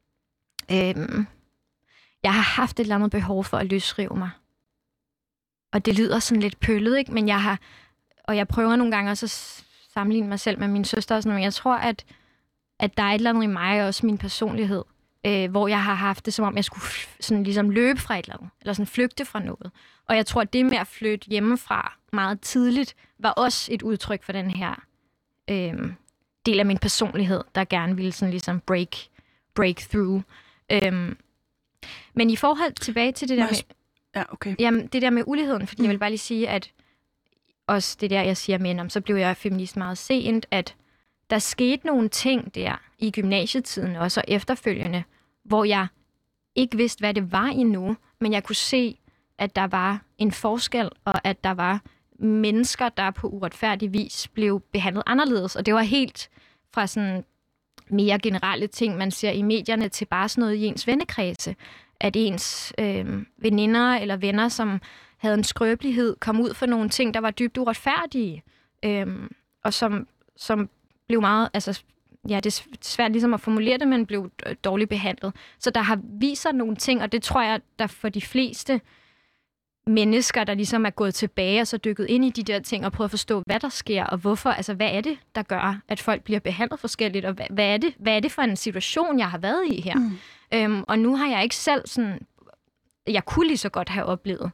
jeg har haft et eller andet behov for at løsrive mig. Og det lyder sådan lidt pøllet, ikke? Men jeg prøver nogle gange også at sammenligne mig selv med min søster og sådan noget. Men jeg tror, at der er et eller andet i mig, og også min personlighed, hvor jeg har haft det, som om jeg skulle sådan ligesom løbe fra et eller andet, eller sådan flygte fra noget. Og jeg tror, at det med at flytte hjemmefra meget tidligt, var også et udtryk for den her del af min personlighed, der gerne ville sådan ligesom break through. Men i forhold tilbage til det der med... Ja, okay. Jamen, det der med uligheden, fordi jeg vil bare lige sige, at også det der, jeg siger med, så blev jeg feminist meget sent, at der skete nogle ting der i gymnasietiden, og så efterfølgende, hvor jeg ikke vidste, hvad det var endnu, men jeg kunne se, at der var en forskel, og at der var mennesker, der på uretfærdig vis blev behandlet anderledes. Og det var helt fra sådan mere generelle ting, man ser i medierne, til bare sådan noget i ens vennekredse. At ens veninder eller venner, som havde en skrøbelighed, kom ud for nogle ting, der var dybt uretfærdige, og som blev meget... Altså, ja, det er svært ligesom at formulere det, men blev dårligt behandlet. Så der har vist sig nogle ting, og det tror jeg, der for de fleste mennesker, der ligesom er gået tilbage og så dykket ind i de der ting og prøvet at forstå, hvad der sker, og hvorfor, altså hvad er det, der gør, at folk bliver behandlet forskelligt, og hvad er det for en situation, jeg har været i her? Og nu har jeg ikke selv sådan... Jeg kunne lige så godt have oplevet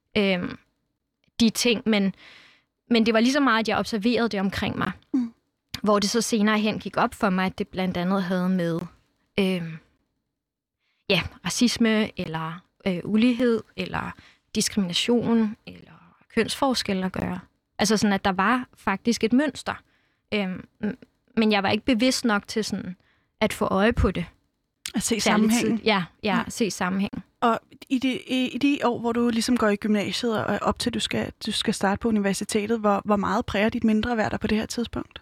de ting, men det var lige så meget, at jeg observerede det omkring mig. Hvor det så senere hen gik op for mig, at det blandt andet havde med racisme, eller ulighed, eller diskrimination, eller kønsforskel at gøre. Altså sådan, at der var faktisk et mønster. Men jeg var ikke bevidst nok til sådan at få øje på det. At se sammenhængen. Ja, at se sammenhængen. Og i de år, hvor du ligesom går i gymnasiet, og op til du skal starte på universitetet, hvor meget præger dit mindreværd på det her tidspunkt?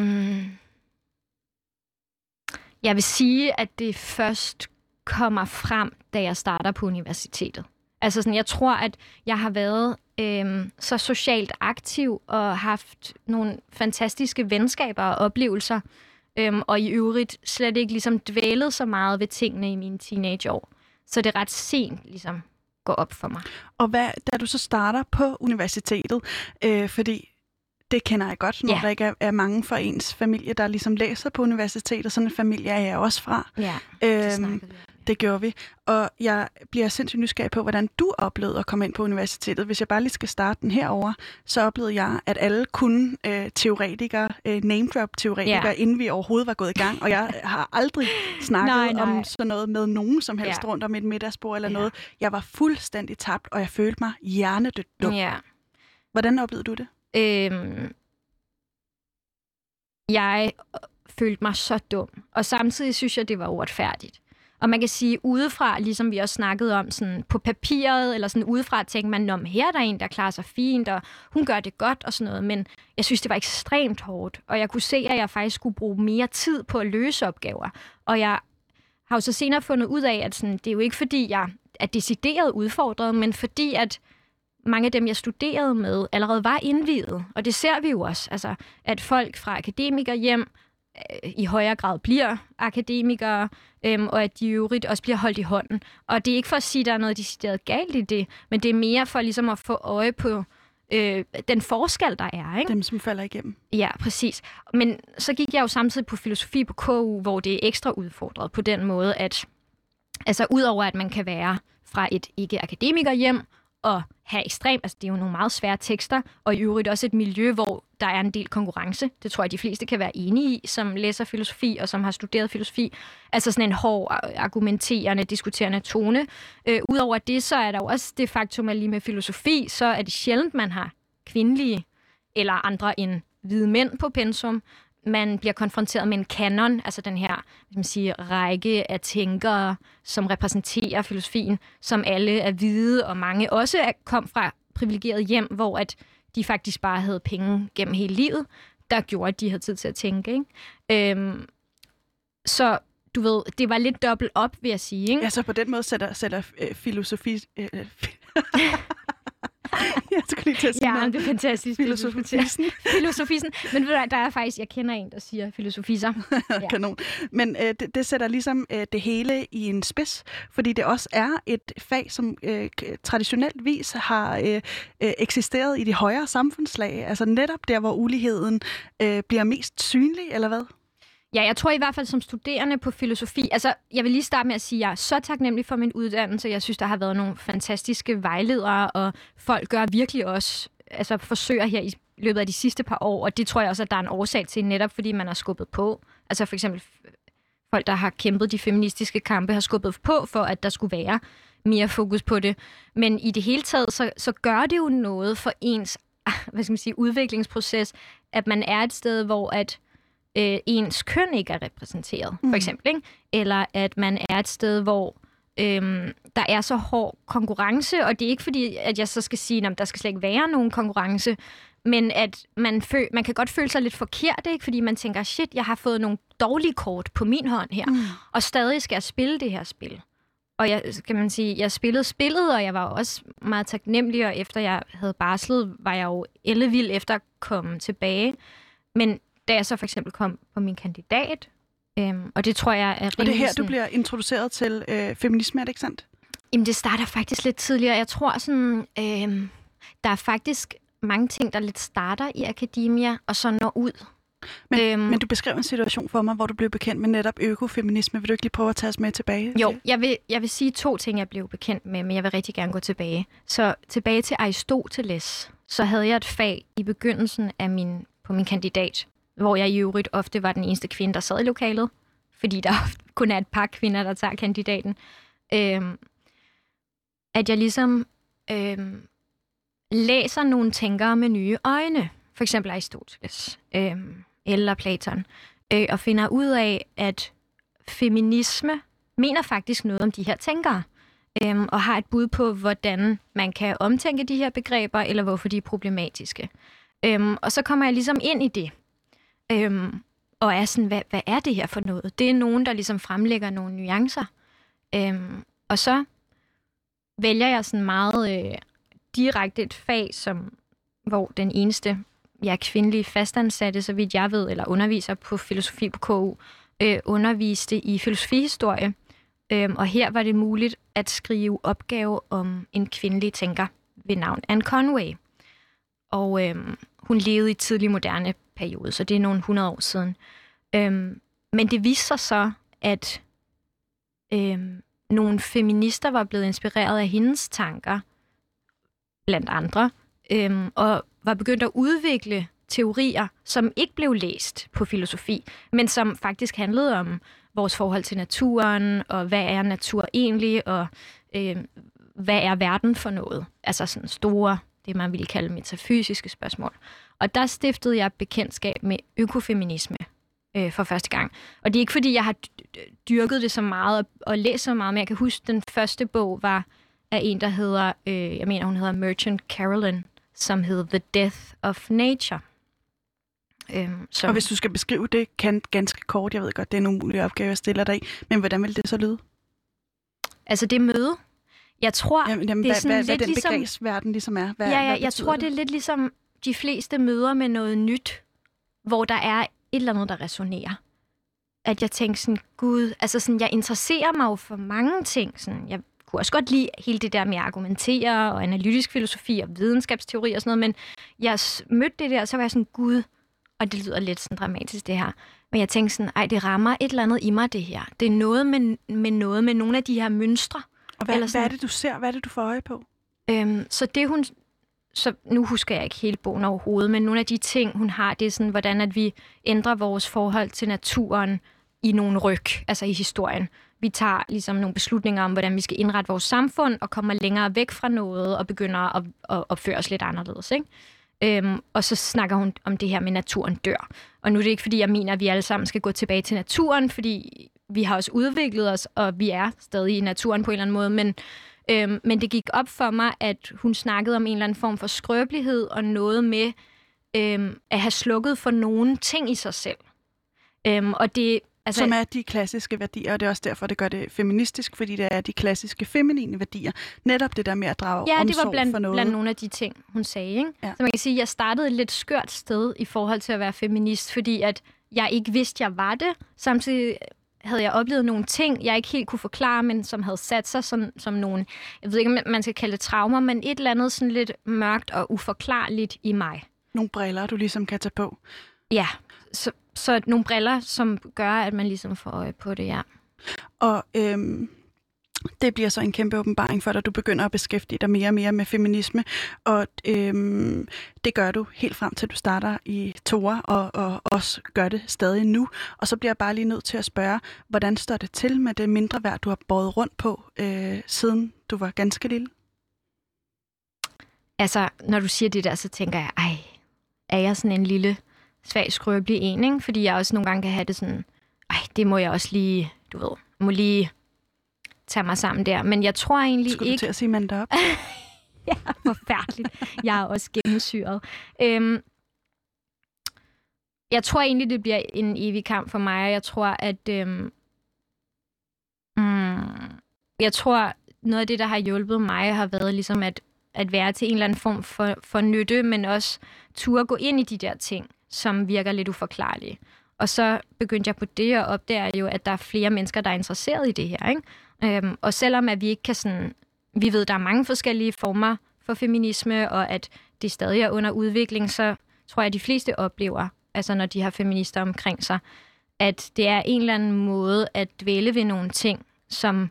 Jeg vil sige, at det først kommer frem, da jeg starter på universitetet. Altså sådan, jeg tror, at jeg har været så socialt aktiv og haft nogle fantastiske venskaber og oplevelser, og i øvrigt slet ikke ligesom dvælet så meget ved tingene i mine teenageår. Så det er ret sent ligesom går op for mig. Og da du så starter på universitetet, fordi det kender jeg godt, når der ikke er mange fra ens familie, der ligesom læser på universitetet. Sådan en familie er jeg også fra. Ja, det snakker vi om. Det gjorde vi, og jeg bliver sindssygt nysgerrig på, hvordan du oplevede at komme ind på universitetet. Hvis jeg bare lige skal starte den herover, så oplevede jeg, at alle kunne teoretikere, name-drop-teoretikere, inden vi overhovedet var gået i gang, og jeg har aldrig snakket om sådan noget med nogen som helst rundt om et middagsbord eller noget. Jeg var fuldstændig tabt, og jeg følte mig hjernedødt dum. Hvordan oplevede du det? Jeg følte mig så dum, og samtidig synes jeg, det var uretfærdigt. Og man kan sige, udefra, ligesom vi også snakkede om, sådan på papiret, eller sådan udefra, tænker man, her er der en, der klarer sig fint, og hun gør det godt, og sådan noget. Men jeg synes, det var ekstremt hårdt, og jeg kunne se, at jeg faktisk skulle bruge mere tid på at løse opgaver. Og jeg har jo så senere fundet ud af, at sådan, det er jo ikke fordi, jeg er decideret udfordret, men fordi, at mange af dem, jeg studerede med, allerede var indviet. Og det ser vi jo også, altså, at folk fra akademikerhjem i højere grad bliver akademikere, og at de øvrigt også bliver holdt i hånden. Og det er ikke for at sige, at der er noget decideret galt i det, men det er mere for ligesom at få øje på den forskel, der er. Ikke? Dem, som falder igennem. Ja, præcis. Men så gik jeg jo samtidig på filosofi på KU, hvor det er ekstra udfordret på den måde, at altså udover at man kan være fra et ikke-akademikerhjem og have ekstremt, altså det er jo nogle meget svære tekster, og i øvrigt også et miljø, hvor der er en del konkurrence. Det tror jeg, de fleste kan være enige i, som læser filosofi og som har studeret filosofi. Altså sådan en hård, argumenterende, diskuterende tone. Udover det, så er der jo også det faktum, at lige med filosofi, så er det sjældent, man har kvindelige eller andre end hvide mænd på pensum. Man bliver konfronteret med en kanon, altså den her række af tænkere, som repræsenterer filosofien, som alle er hvide, og mange også kom fra privilegeret hjem, hvor at de faktisk bare havde penge gennem hele livet, der gjorde, at de havde tid til at tænke. Ikke? Så du ved, det var lidt dobbelt op, vil jeg sige. Ikke? Ja, så på den måde sætter filosofi... Jeg skulle lige til at sige det er fantastisk. Filosofisen. Men der er faktisk, jeg kender en, der siger filosofiser. Ja. Kanon. Men det sætter ligesom det hele i en spids, fordi det også er et fag, som traditionelt vis har eksisteret i de højere samfundslag. Altså netop der, hvor uligheden bliver mest synlig, eller hvad? Ja, jeg tror i hvert fald som studerende på filosofi, altså jeg vil lige starte med at sige, at jeg er så taknemmelig for min uddannelse. Jeg synes, der har været nogle fantastiske vejledere, og folk gør virkelig også, altså forsøger her i løbet af de sidste par år, og det tror jeg også, at der er en årsag til, netop fordi man har skubbet på. Altså for eksempel folk, der har kæmpet de feministiske kampe, har skubbet på for, at der skulle være mere fokus på det. Men i det hele taget, så gør det jo noget for ens udviklingsproces, at man er et sted, hvor at ens køn ikke er repræsenteret, for eksempel. Ikke? Eller at man er et sted, hvor der er så hård konkurrence, og det er ikke fordi, at jeg så skal sige, at der skal slet ikke være nogen konkurrence, men at man kan godt føle sig lidt forkert, ikke? Fordi man tænker, shit, jeg har fået nogle dårlige kort på min hånd her, og stadig skal jeg spille det her spil. Og jeg spillede spillet, og jeg var også meget taknemmelig, og efter jeg havde barslet, var jeg jo ellevild efter at komme tilbage. Men da jeg så for eksempel kom på min kandidat, og det tror jeg er rimelig... Og det er her, du bliver introduceret til feminisme, er det ikke sandt? Jamen, det starter faktisk lidt tidligere. Jeg tror sådan, der er faktisk mange ting, der lidt starter i akademia, og så når ud. Men du beskrev en situation for mig, hvor du blev bekendt med netop økofeminisme. Vil du ikke lige prøve at tage os med tilbage? Jo, jeg vil sige 2 ting, jeg blev bekendt med, men jeg vil rigtig gerne gå tilbage. Så tilbage til Aristoteles, så havde jeg et fag i begyndelsen af på min kandidat, hvor jeg i øvrigt ofte var den eneste kvinde, der sad i lokalet, fordi der kun er et par kvinder, der tager kandidaten. At jeg ligesom læser nogle tænkere med nye øjne, for eksempel Aristoteles eller Platon, og finder ud af, at feminisme mener faktisk noget om de her tænkere, og har et bud på, hvordan man kan omtænke de her begreber, eller hvorfor de er problematiske. Og så kommer jeg ligesom ind i det, og er sådan, hvad er det her for noget? Det er nogen, der ligesom fremlægger nogle nuancer. Og så vælger jeg sådan meget direkte et fag, hvor den eneste kvindelige fastansatte, så vidt jeg ved, eller underviser på filosofi på KU, underviste i filosofihistorie. Og her var det muligt at skrive opgave om en kvindelig tænker ved navn Anne Conway. Og hun levede i tidlig moderne periode, så det er nogle 100 år siden. Men det viste sig så, at nogle feminister var blevet inspireret af hendes tanker, blandt andre, og var begyndt at udvikle teorier, som ikke blev læst på filosofi, men som faktisk handlede om vores forhold til naturen, og hvad er natur egentlig, og hvad er verden for noget? Altså sådan store, det man ville kalde metafysiske spørgsmål. Og der stiftede jeg bekendtskab med økofeminisme for første gang. Og det er ikke, fordi jeg har dyrket det så meget og læst så meget, men jeg kan huske, den første bog var af en, der hedder, jeg mener, hun hedder Merchant Caroline, som hedder The Death of Nature. Og hvis du skal beskrive det ganske kort, jeg ved godt, det er en umulig opgave, jeg stiller dig i, men hvordan vil det så lyde? Altså det møde. Jeg tror, jamen, det er sådan hvad lidt den begrebsverden ligesom er. Jeg tror, det er lidt ligesom de fleste møder med noget nyt, hvor der er et eller andet, der resonerer. At jeg tænker sådan, gud, altså sådan, jeg interesserer mig jo for mange ting. Sådan, jeg kunne også godt lide hele det der med at argumentere og analytisk filosofi og videnskabsteori og sådan noget, men jeg mødte det der, og så var jeg sådan, gud, og det lyder lidt sådan dramatisk det her, men jeg tænkte sådan, det rammer et eller andet i mig det her. Det er noget med nogle af de her mønstre. Og hvad er det, du ser? Hvad er det, du får øje på? Så nu husker jeg ikke hele bogen overhovedet, men nogle af de ting, hun har, det er sådan, hvordan at vi ændrer vores forhold til naturen i nogle ryg, altså i historien. Vi tager ligesom nogle beslutninger om, hvordan vi skal indrette vores samfund, og kommer længere væk fra noget, og begynder at opføre os lidt anderledes, ikke? Og så snakker hun om det her med, naturen dør. Og nu er det ikke, fordi jeg mener, at vi alle sammen skal gå tilbage til naturen, fordi vi har også udviklet os, og vi er stadig i naturen på en eller anden måde, men det gik op for mig, at hun snakkede om en eller anden form for skrøbelighed, og noget med at have slukket for nogle ting i sig selv. Og det, altså, som er de klassiske værdier, og det er også derfor, det gør det feministisk, fordi det er de klassiske feminine værdier. Netop det der med at drage omsorg for noget. Ja, det var blandt nogle af de ting, hun sagde. Ikke? Ja. Så man kan sige, at jeg startede et lidt skørt sted i forhold til at være feminist, fordi at jeg ikke vidste, jeg var det. Samtidig havde jeg oplevet nogle ting, jeg ikke helt kunne forklare, men som havde sat sig som nogle, jeg ved ikke, om man skal kalde det traumer, men et eller andet sådan lidt mørkt og uforklarligt i mig. Nogle briller, du ligesom kan tage på. Ja, så nogle briller, som gør, at man ligesom får øje på det, ja. Og det bliver så en kæmpe åbenbaring for dig, du begynder at beskæftige dig mere og mere med feminisme, og det gør du helt frem til, du starter i Tora, og også gør det stadig nu. Og så bliver jeg bare lige nødt til at spørge, hvordan står det til med det mindre værd, du har båret rundt på, siden du var ganske lille? Altså, når du siger det der, så tænker jeg, er jeg sådan en lille, svag, skrøbelig en, ikke? Fordi jeg også nogle gange kan have det sådan, det må jeg også lige, du ved, må lige tage mig sammen der. Men jeg tror egentlig Skulle ikke... Skulle du til at sige mand op? Ja, forfærdeligt. Jeg er også gennemsyret. Jeg tror egentlig, det bliver en evig kamp for mig. Jeg tror, at... jeg tror, noget af det, der har hjulpet mig, har været ligesom at være til en eller anden form for nytte, men også turde gå ind i de der ting, som virker lidt uforklarlige. Og så begyndte jeg på det, og opdager jo, at der er flere mennesker, der er interesseret i det her, ikke? Og selvom at vi ikke kan sådan... Vi ved, der er mange forskellige former for feminisme, og at det stadig er under udvikling, så tror jeg, at de fleste oplever, altså når de har feminister omkring sig, at det er en eller anden måde at dvæle ved nogle ting, som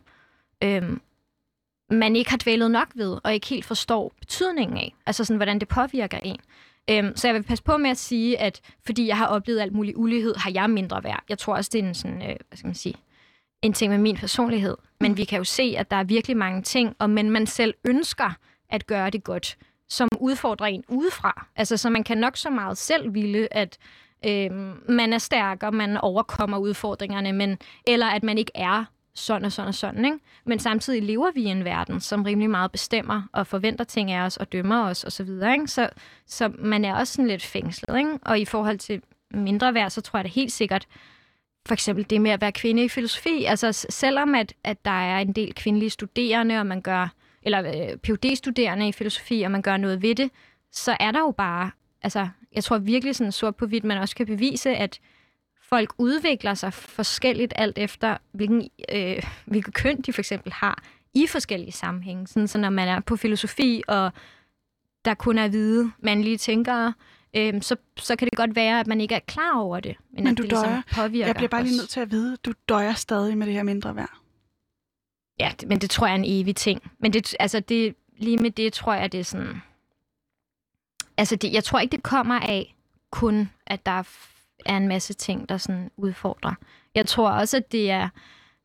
man ikke har dvælet nok ved, og ikke helt forstår betydningen af. Altså sådan, hvordan det påvirker en. Så jeg vil passe på med at sige, at fordi jeg har oplevet alt mulig ulighed, har jeg mindre værd. Jeg tror også, det er en sådan, hvad skal man sige, en ting med min personlighed. Men vi kan jo se, at der er virkelig mange ting, og men man selv ønsker at gøre det godt, som udfordrer en udefra. Altså, så man kan nok så meget selv ville, at man er stærk, og man overkommer udfordringerne, eller at man ikke er sådan og sådan og sådan, ikke? Men samtidig lever vi i en verden, som rimelig meget bestemmer og forventer ting af os og dømmer os og så videre, ikke? Så man er også sådan lidt fængslet, ikke? Og i forhold til mindre værd, så tror jeg det helt sikkert, for eksempel det med at være kvinde i filosofi, altså selvom at der er en del kvindelige studerende, og man gør, eller PhD-studerende i filosofi, og man gør noget ved det, så er der jo bare, altså jeg tror virkelig sådan sort på hvidt, man også kan bevise, at folk udvikler sig forskelligt alt efter, hvilket køn de for eksempel har i forskellige sammenhænge. Sådan, så når man er på filosofi, og der kun er hvide mandlige tænkere, så kan det godt være, at man ikke er klar over det. Men at du det ligesom døjer. Påvirker. Jeg bliver bare lige nødt til at vide, du døjer stadig med det her mindre værd. Ja, men det tror jeg er en evig ting. Men lige med det tror jeg, det er sådan... Altså, jeg tror ikke, det kommer af kun, at der er en masse ting, der sådan udfordrer. Jeg tror også, at det er...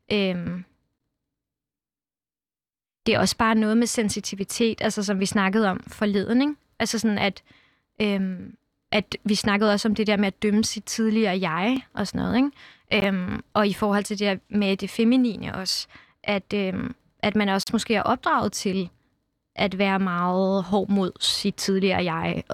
det er også bare noget med sensitivitet, altså som vi snakkede om forleden, ikke? Altså sådan, at vi snakkede også om det der med at dømme sit tidligere jeg og sådan noget, ikke? Og i forhold til det der med det feminine også, at man også måske er opdraget til at være meget hård mod sit tidligere jeg,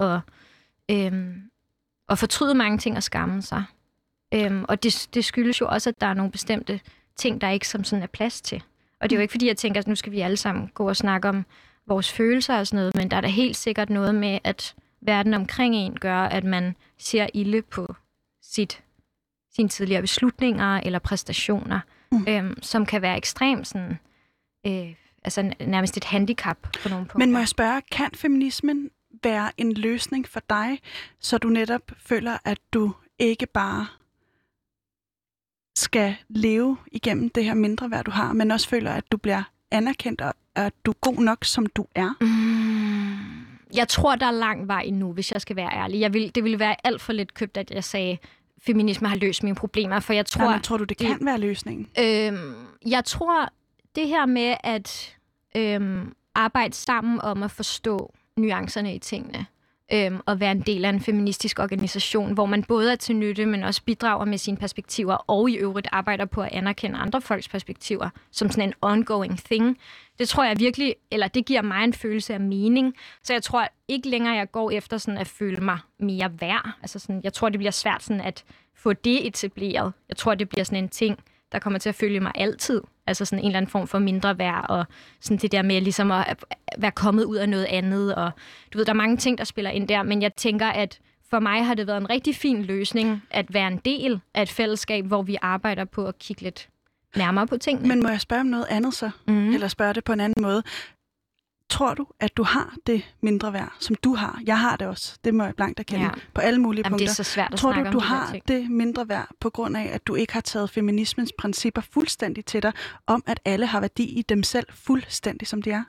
og fortryde mange ting og skamme sig. Og det skyldes jo også, at der er nogle bestemte ting, der ikke som sådan er plads til. Og det er jo ikke fordi, jeg tænker, at nu skal vi alle sammen gå og snakke om vores følelser og sådan noget, men der er da helt sikkert noget med, at verden omkring en gør, at man ser ilde på sine tidligere beslutninger eller præstationer, som kan være ekstremt sådan, altså nærmest et handicap på nogle punkter. Men må jeg spørge, kan feminismen være en løsning for dig, så du netop føler, at du ikke bare skal leve igennem det her mindreværd, du har, men også føler, at du bliver anerkendt, og at du er god nok, som du er? Jeg tror, der er lang vej endnu, hvis jeg skal være ærlig. Det ville være alt for lidt købt, at jeg sagde, feminisme har løst mine problemer, for jeg tror... Nej, men tror du, det kan være løsningen? Jeg tror, det her med at arbejde sammen om at forstå nuancerne i tingene, og være en del af en feministisk organisation, hvor man både er til nytte, men også bidrager med sine perspektiver, og i øvrigt arbejder på at anerkende andre folks perspektiver, som sådan en ongoing thing. Det tror jeg virkelig, eller det giver mig en følelse af mening. Så jeg tror ikke længere, jeg går efter sådan at føle mig mere værd. Altså sådan, jeg tror, det bliver svært sådan at få det etableret. Jeg tror, det bliver sådan en ting, der kommer til at følge mig altid. Altså sådan en eller anden form for mindre værd, og sådan det der med ligesom at være kommet ud af noget andet. Og du ved, der er mange ting, der spiller ind der, men jeg tænker, at for mig har det været en rigtig fin løsning at være en del af et fællesskab, hvor vi arbejder på at kigge lidt nærmere på tingene. Men må jeg spørge om noget andet så? Eller spørge det på en anden måde? Tror du, at du har det mindre værd, som du har? Jeg har det også. Det må jeg blankt erkende. På alle mulige punkter. Det er så svært at Tror snakke du, om du har det mindre værd på grund af, at du ikke har taget feminismens principper fuldstændig til dig, om at alle har værdi i dem selv fuldstændig, som de er?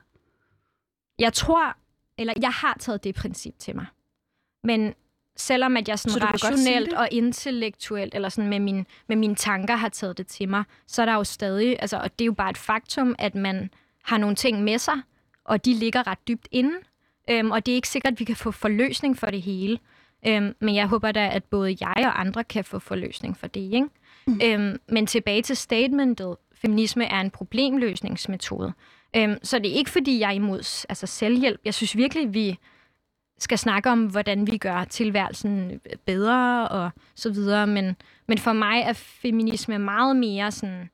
Jeg har taget det princip til mig. Men selvom at jeg sådan rationelt og intellektuelt, eller sådan med mine tanker har taget det til mig, så er der jo stadig, altså, og det er jo bare et faktum, at man har nogle ting med sig, og de ligger ret dybt inde. Og det er ikke sikkert, at vi kan få forløsning for det hele. Men jeg håber da, at både jeg og andre kan få forløsning for det, ikke? Men tilbage til statementet, feminisme er en problemløsningsmetode. Så det er ikke, fordi jeg er imod selvhjælp. Jeg synes virkelig, vi skal snakke om, hvordan vi gør tilværelsen bedre og så videre. Men for mig er feminisme meget mere sådan,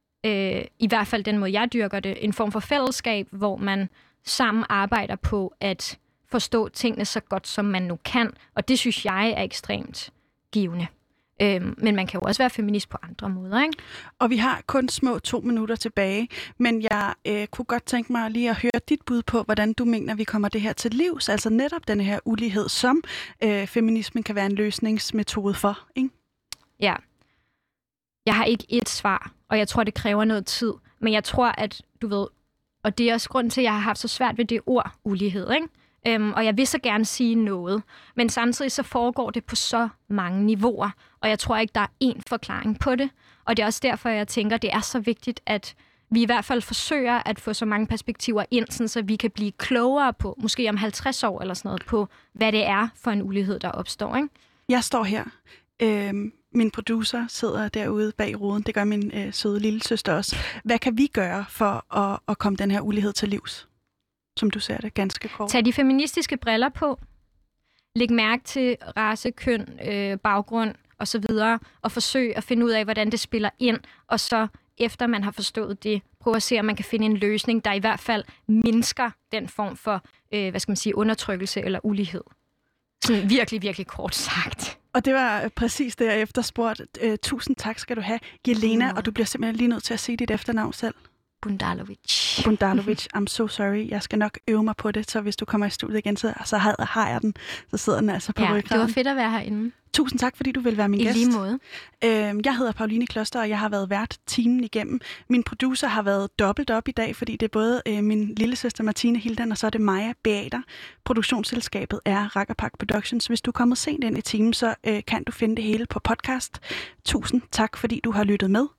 i hvert fald den måde, jeg dyrker det, en form for fællesskab, hvor man sammen arbejder på at forstå tingene så godt, som man nu kan. Og det synes jeg er ekstremt givende. Men man kan jo også være feminist på andre måder, ikke? Og vi har kun små 2 minutter tilbage, men jeg kunne godt tænke mig lige at høre dit bud på, hvordan du mener, vi kommer det her til livs, altså netop den her ulighed, som feminismen kan være en løsningsmetode for, ikke? Ja. Jeg har ikke ét svar, og jeg tror, det kræver noget tid. Men jeg tror, at du ved, og det er også grund til, at jeg har haft så svært ved det ord, ulighed, ikke? Og jeg vil så gerne sige noget, men samtidig så foregår det på så mange niveauer, og jeg tror ikke, der er én forklaring på det. Og det er også derfor, jeg tænker, det er så vigtigt, at vi i hvert fald forsøger at få så mange perspektiver ind, sådan, så vi kan blive klogere på, måske om 50 år eller sådan noget, på hvad det er for en ulighed, der opstår, ikke? Jeg står her. Min producer sidder derude bag ruden. Det gør min søde lille søster også. Hvad kan vi gøre for at komme den her ulighed til livs? Som du ser det, ganske kort. Tag de feministiske briller på. Læg mærke til race, køn, baggrund osv. Og forsøg at finde ud af, hvordan det spiller ind. Og så, efter man har forstået det, prøv at se, om man kan finde en løsning, der i hvert fald mindsker den form for undertrykkelse eller ulighed. Sådan virkelig, virkelig kort sagt. Og det var præcis det, jeg efterspurgte. Tusind tak skal du have, Jelena, og du bliver simpelthen lige nødt til at sige dit efternavn selv. Bundalovic. Bundalovic, I'm so sorry. Jeg skal nok øve mig på det, så hvis du kommer i studiet igen, så har jeg den. Så sidder den altså på ryggraden. Det var fedt at være herinde. Tusind tak, fordi du vil være min gæst. I lige måde. Jeg hedder Pauline Kloster, og jeg har været vært timen igennem. Min producer har været dobbelt op i dag, fordi det er både min lillesøster Martine Hildan, og så er det Maja Beater. Produktionsselskabet er Rakkerpak Productions. Hvis du er kommet sent ind i timen, så kan du finde det hele på podcast. Tusind tak, fordi du har lyttet med.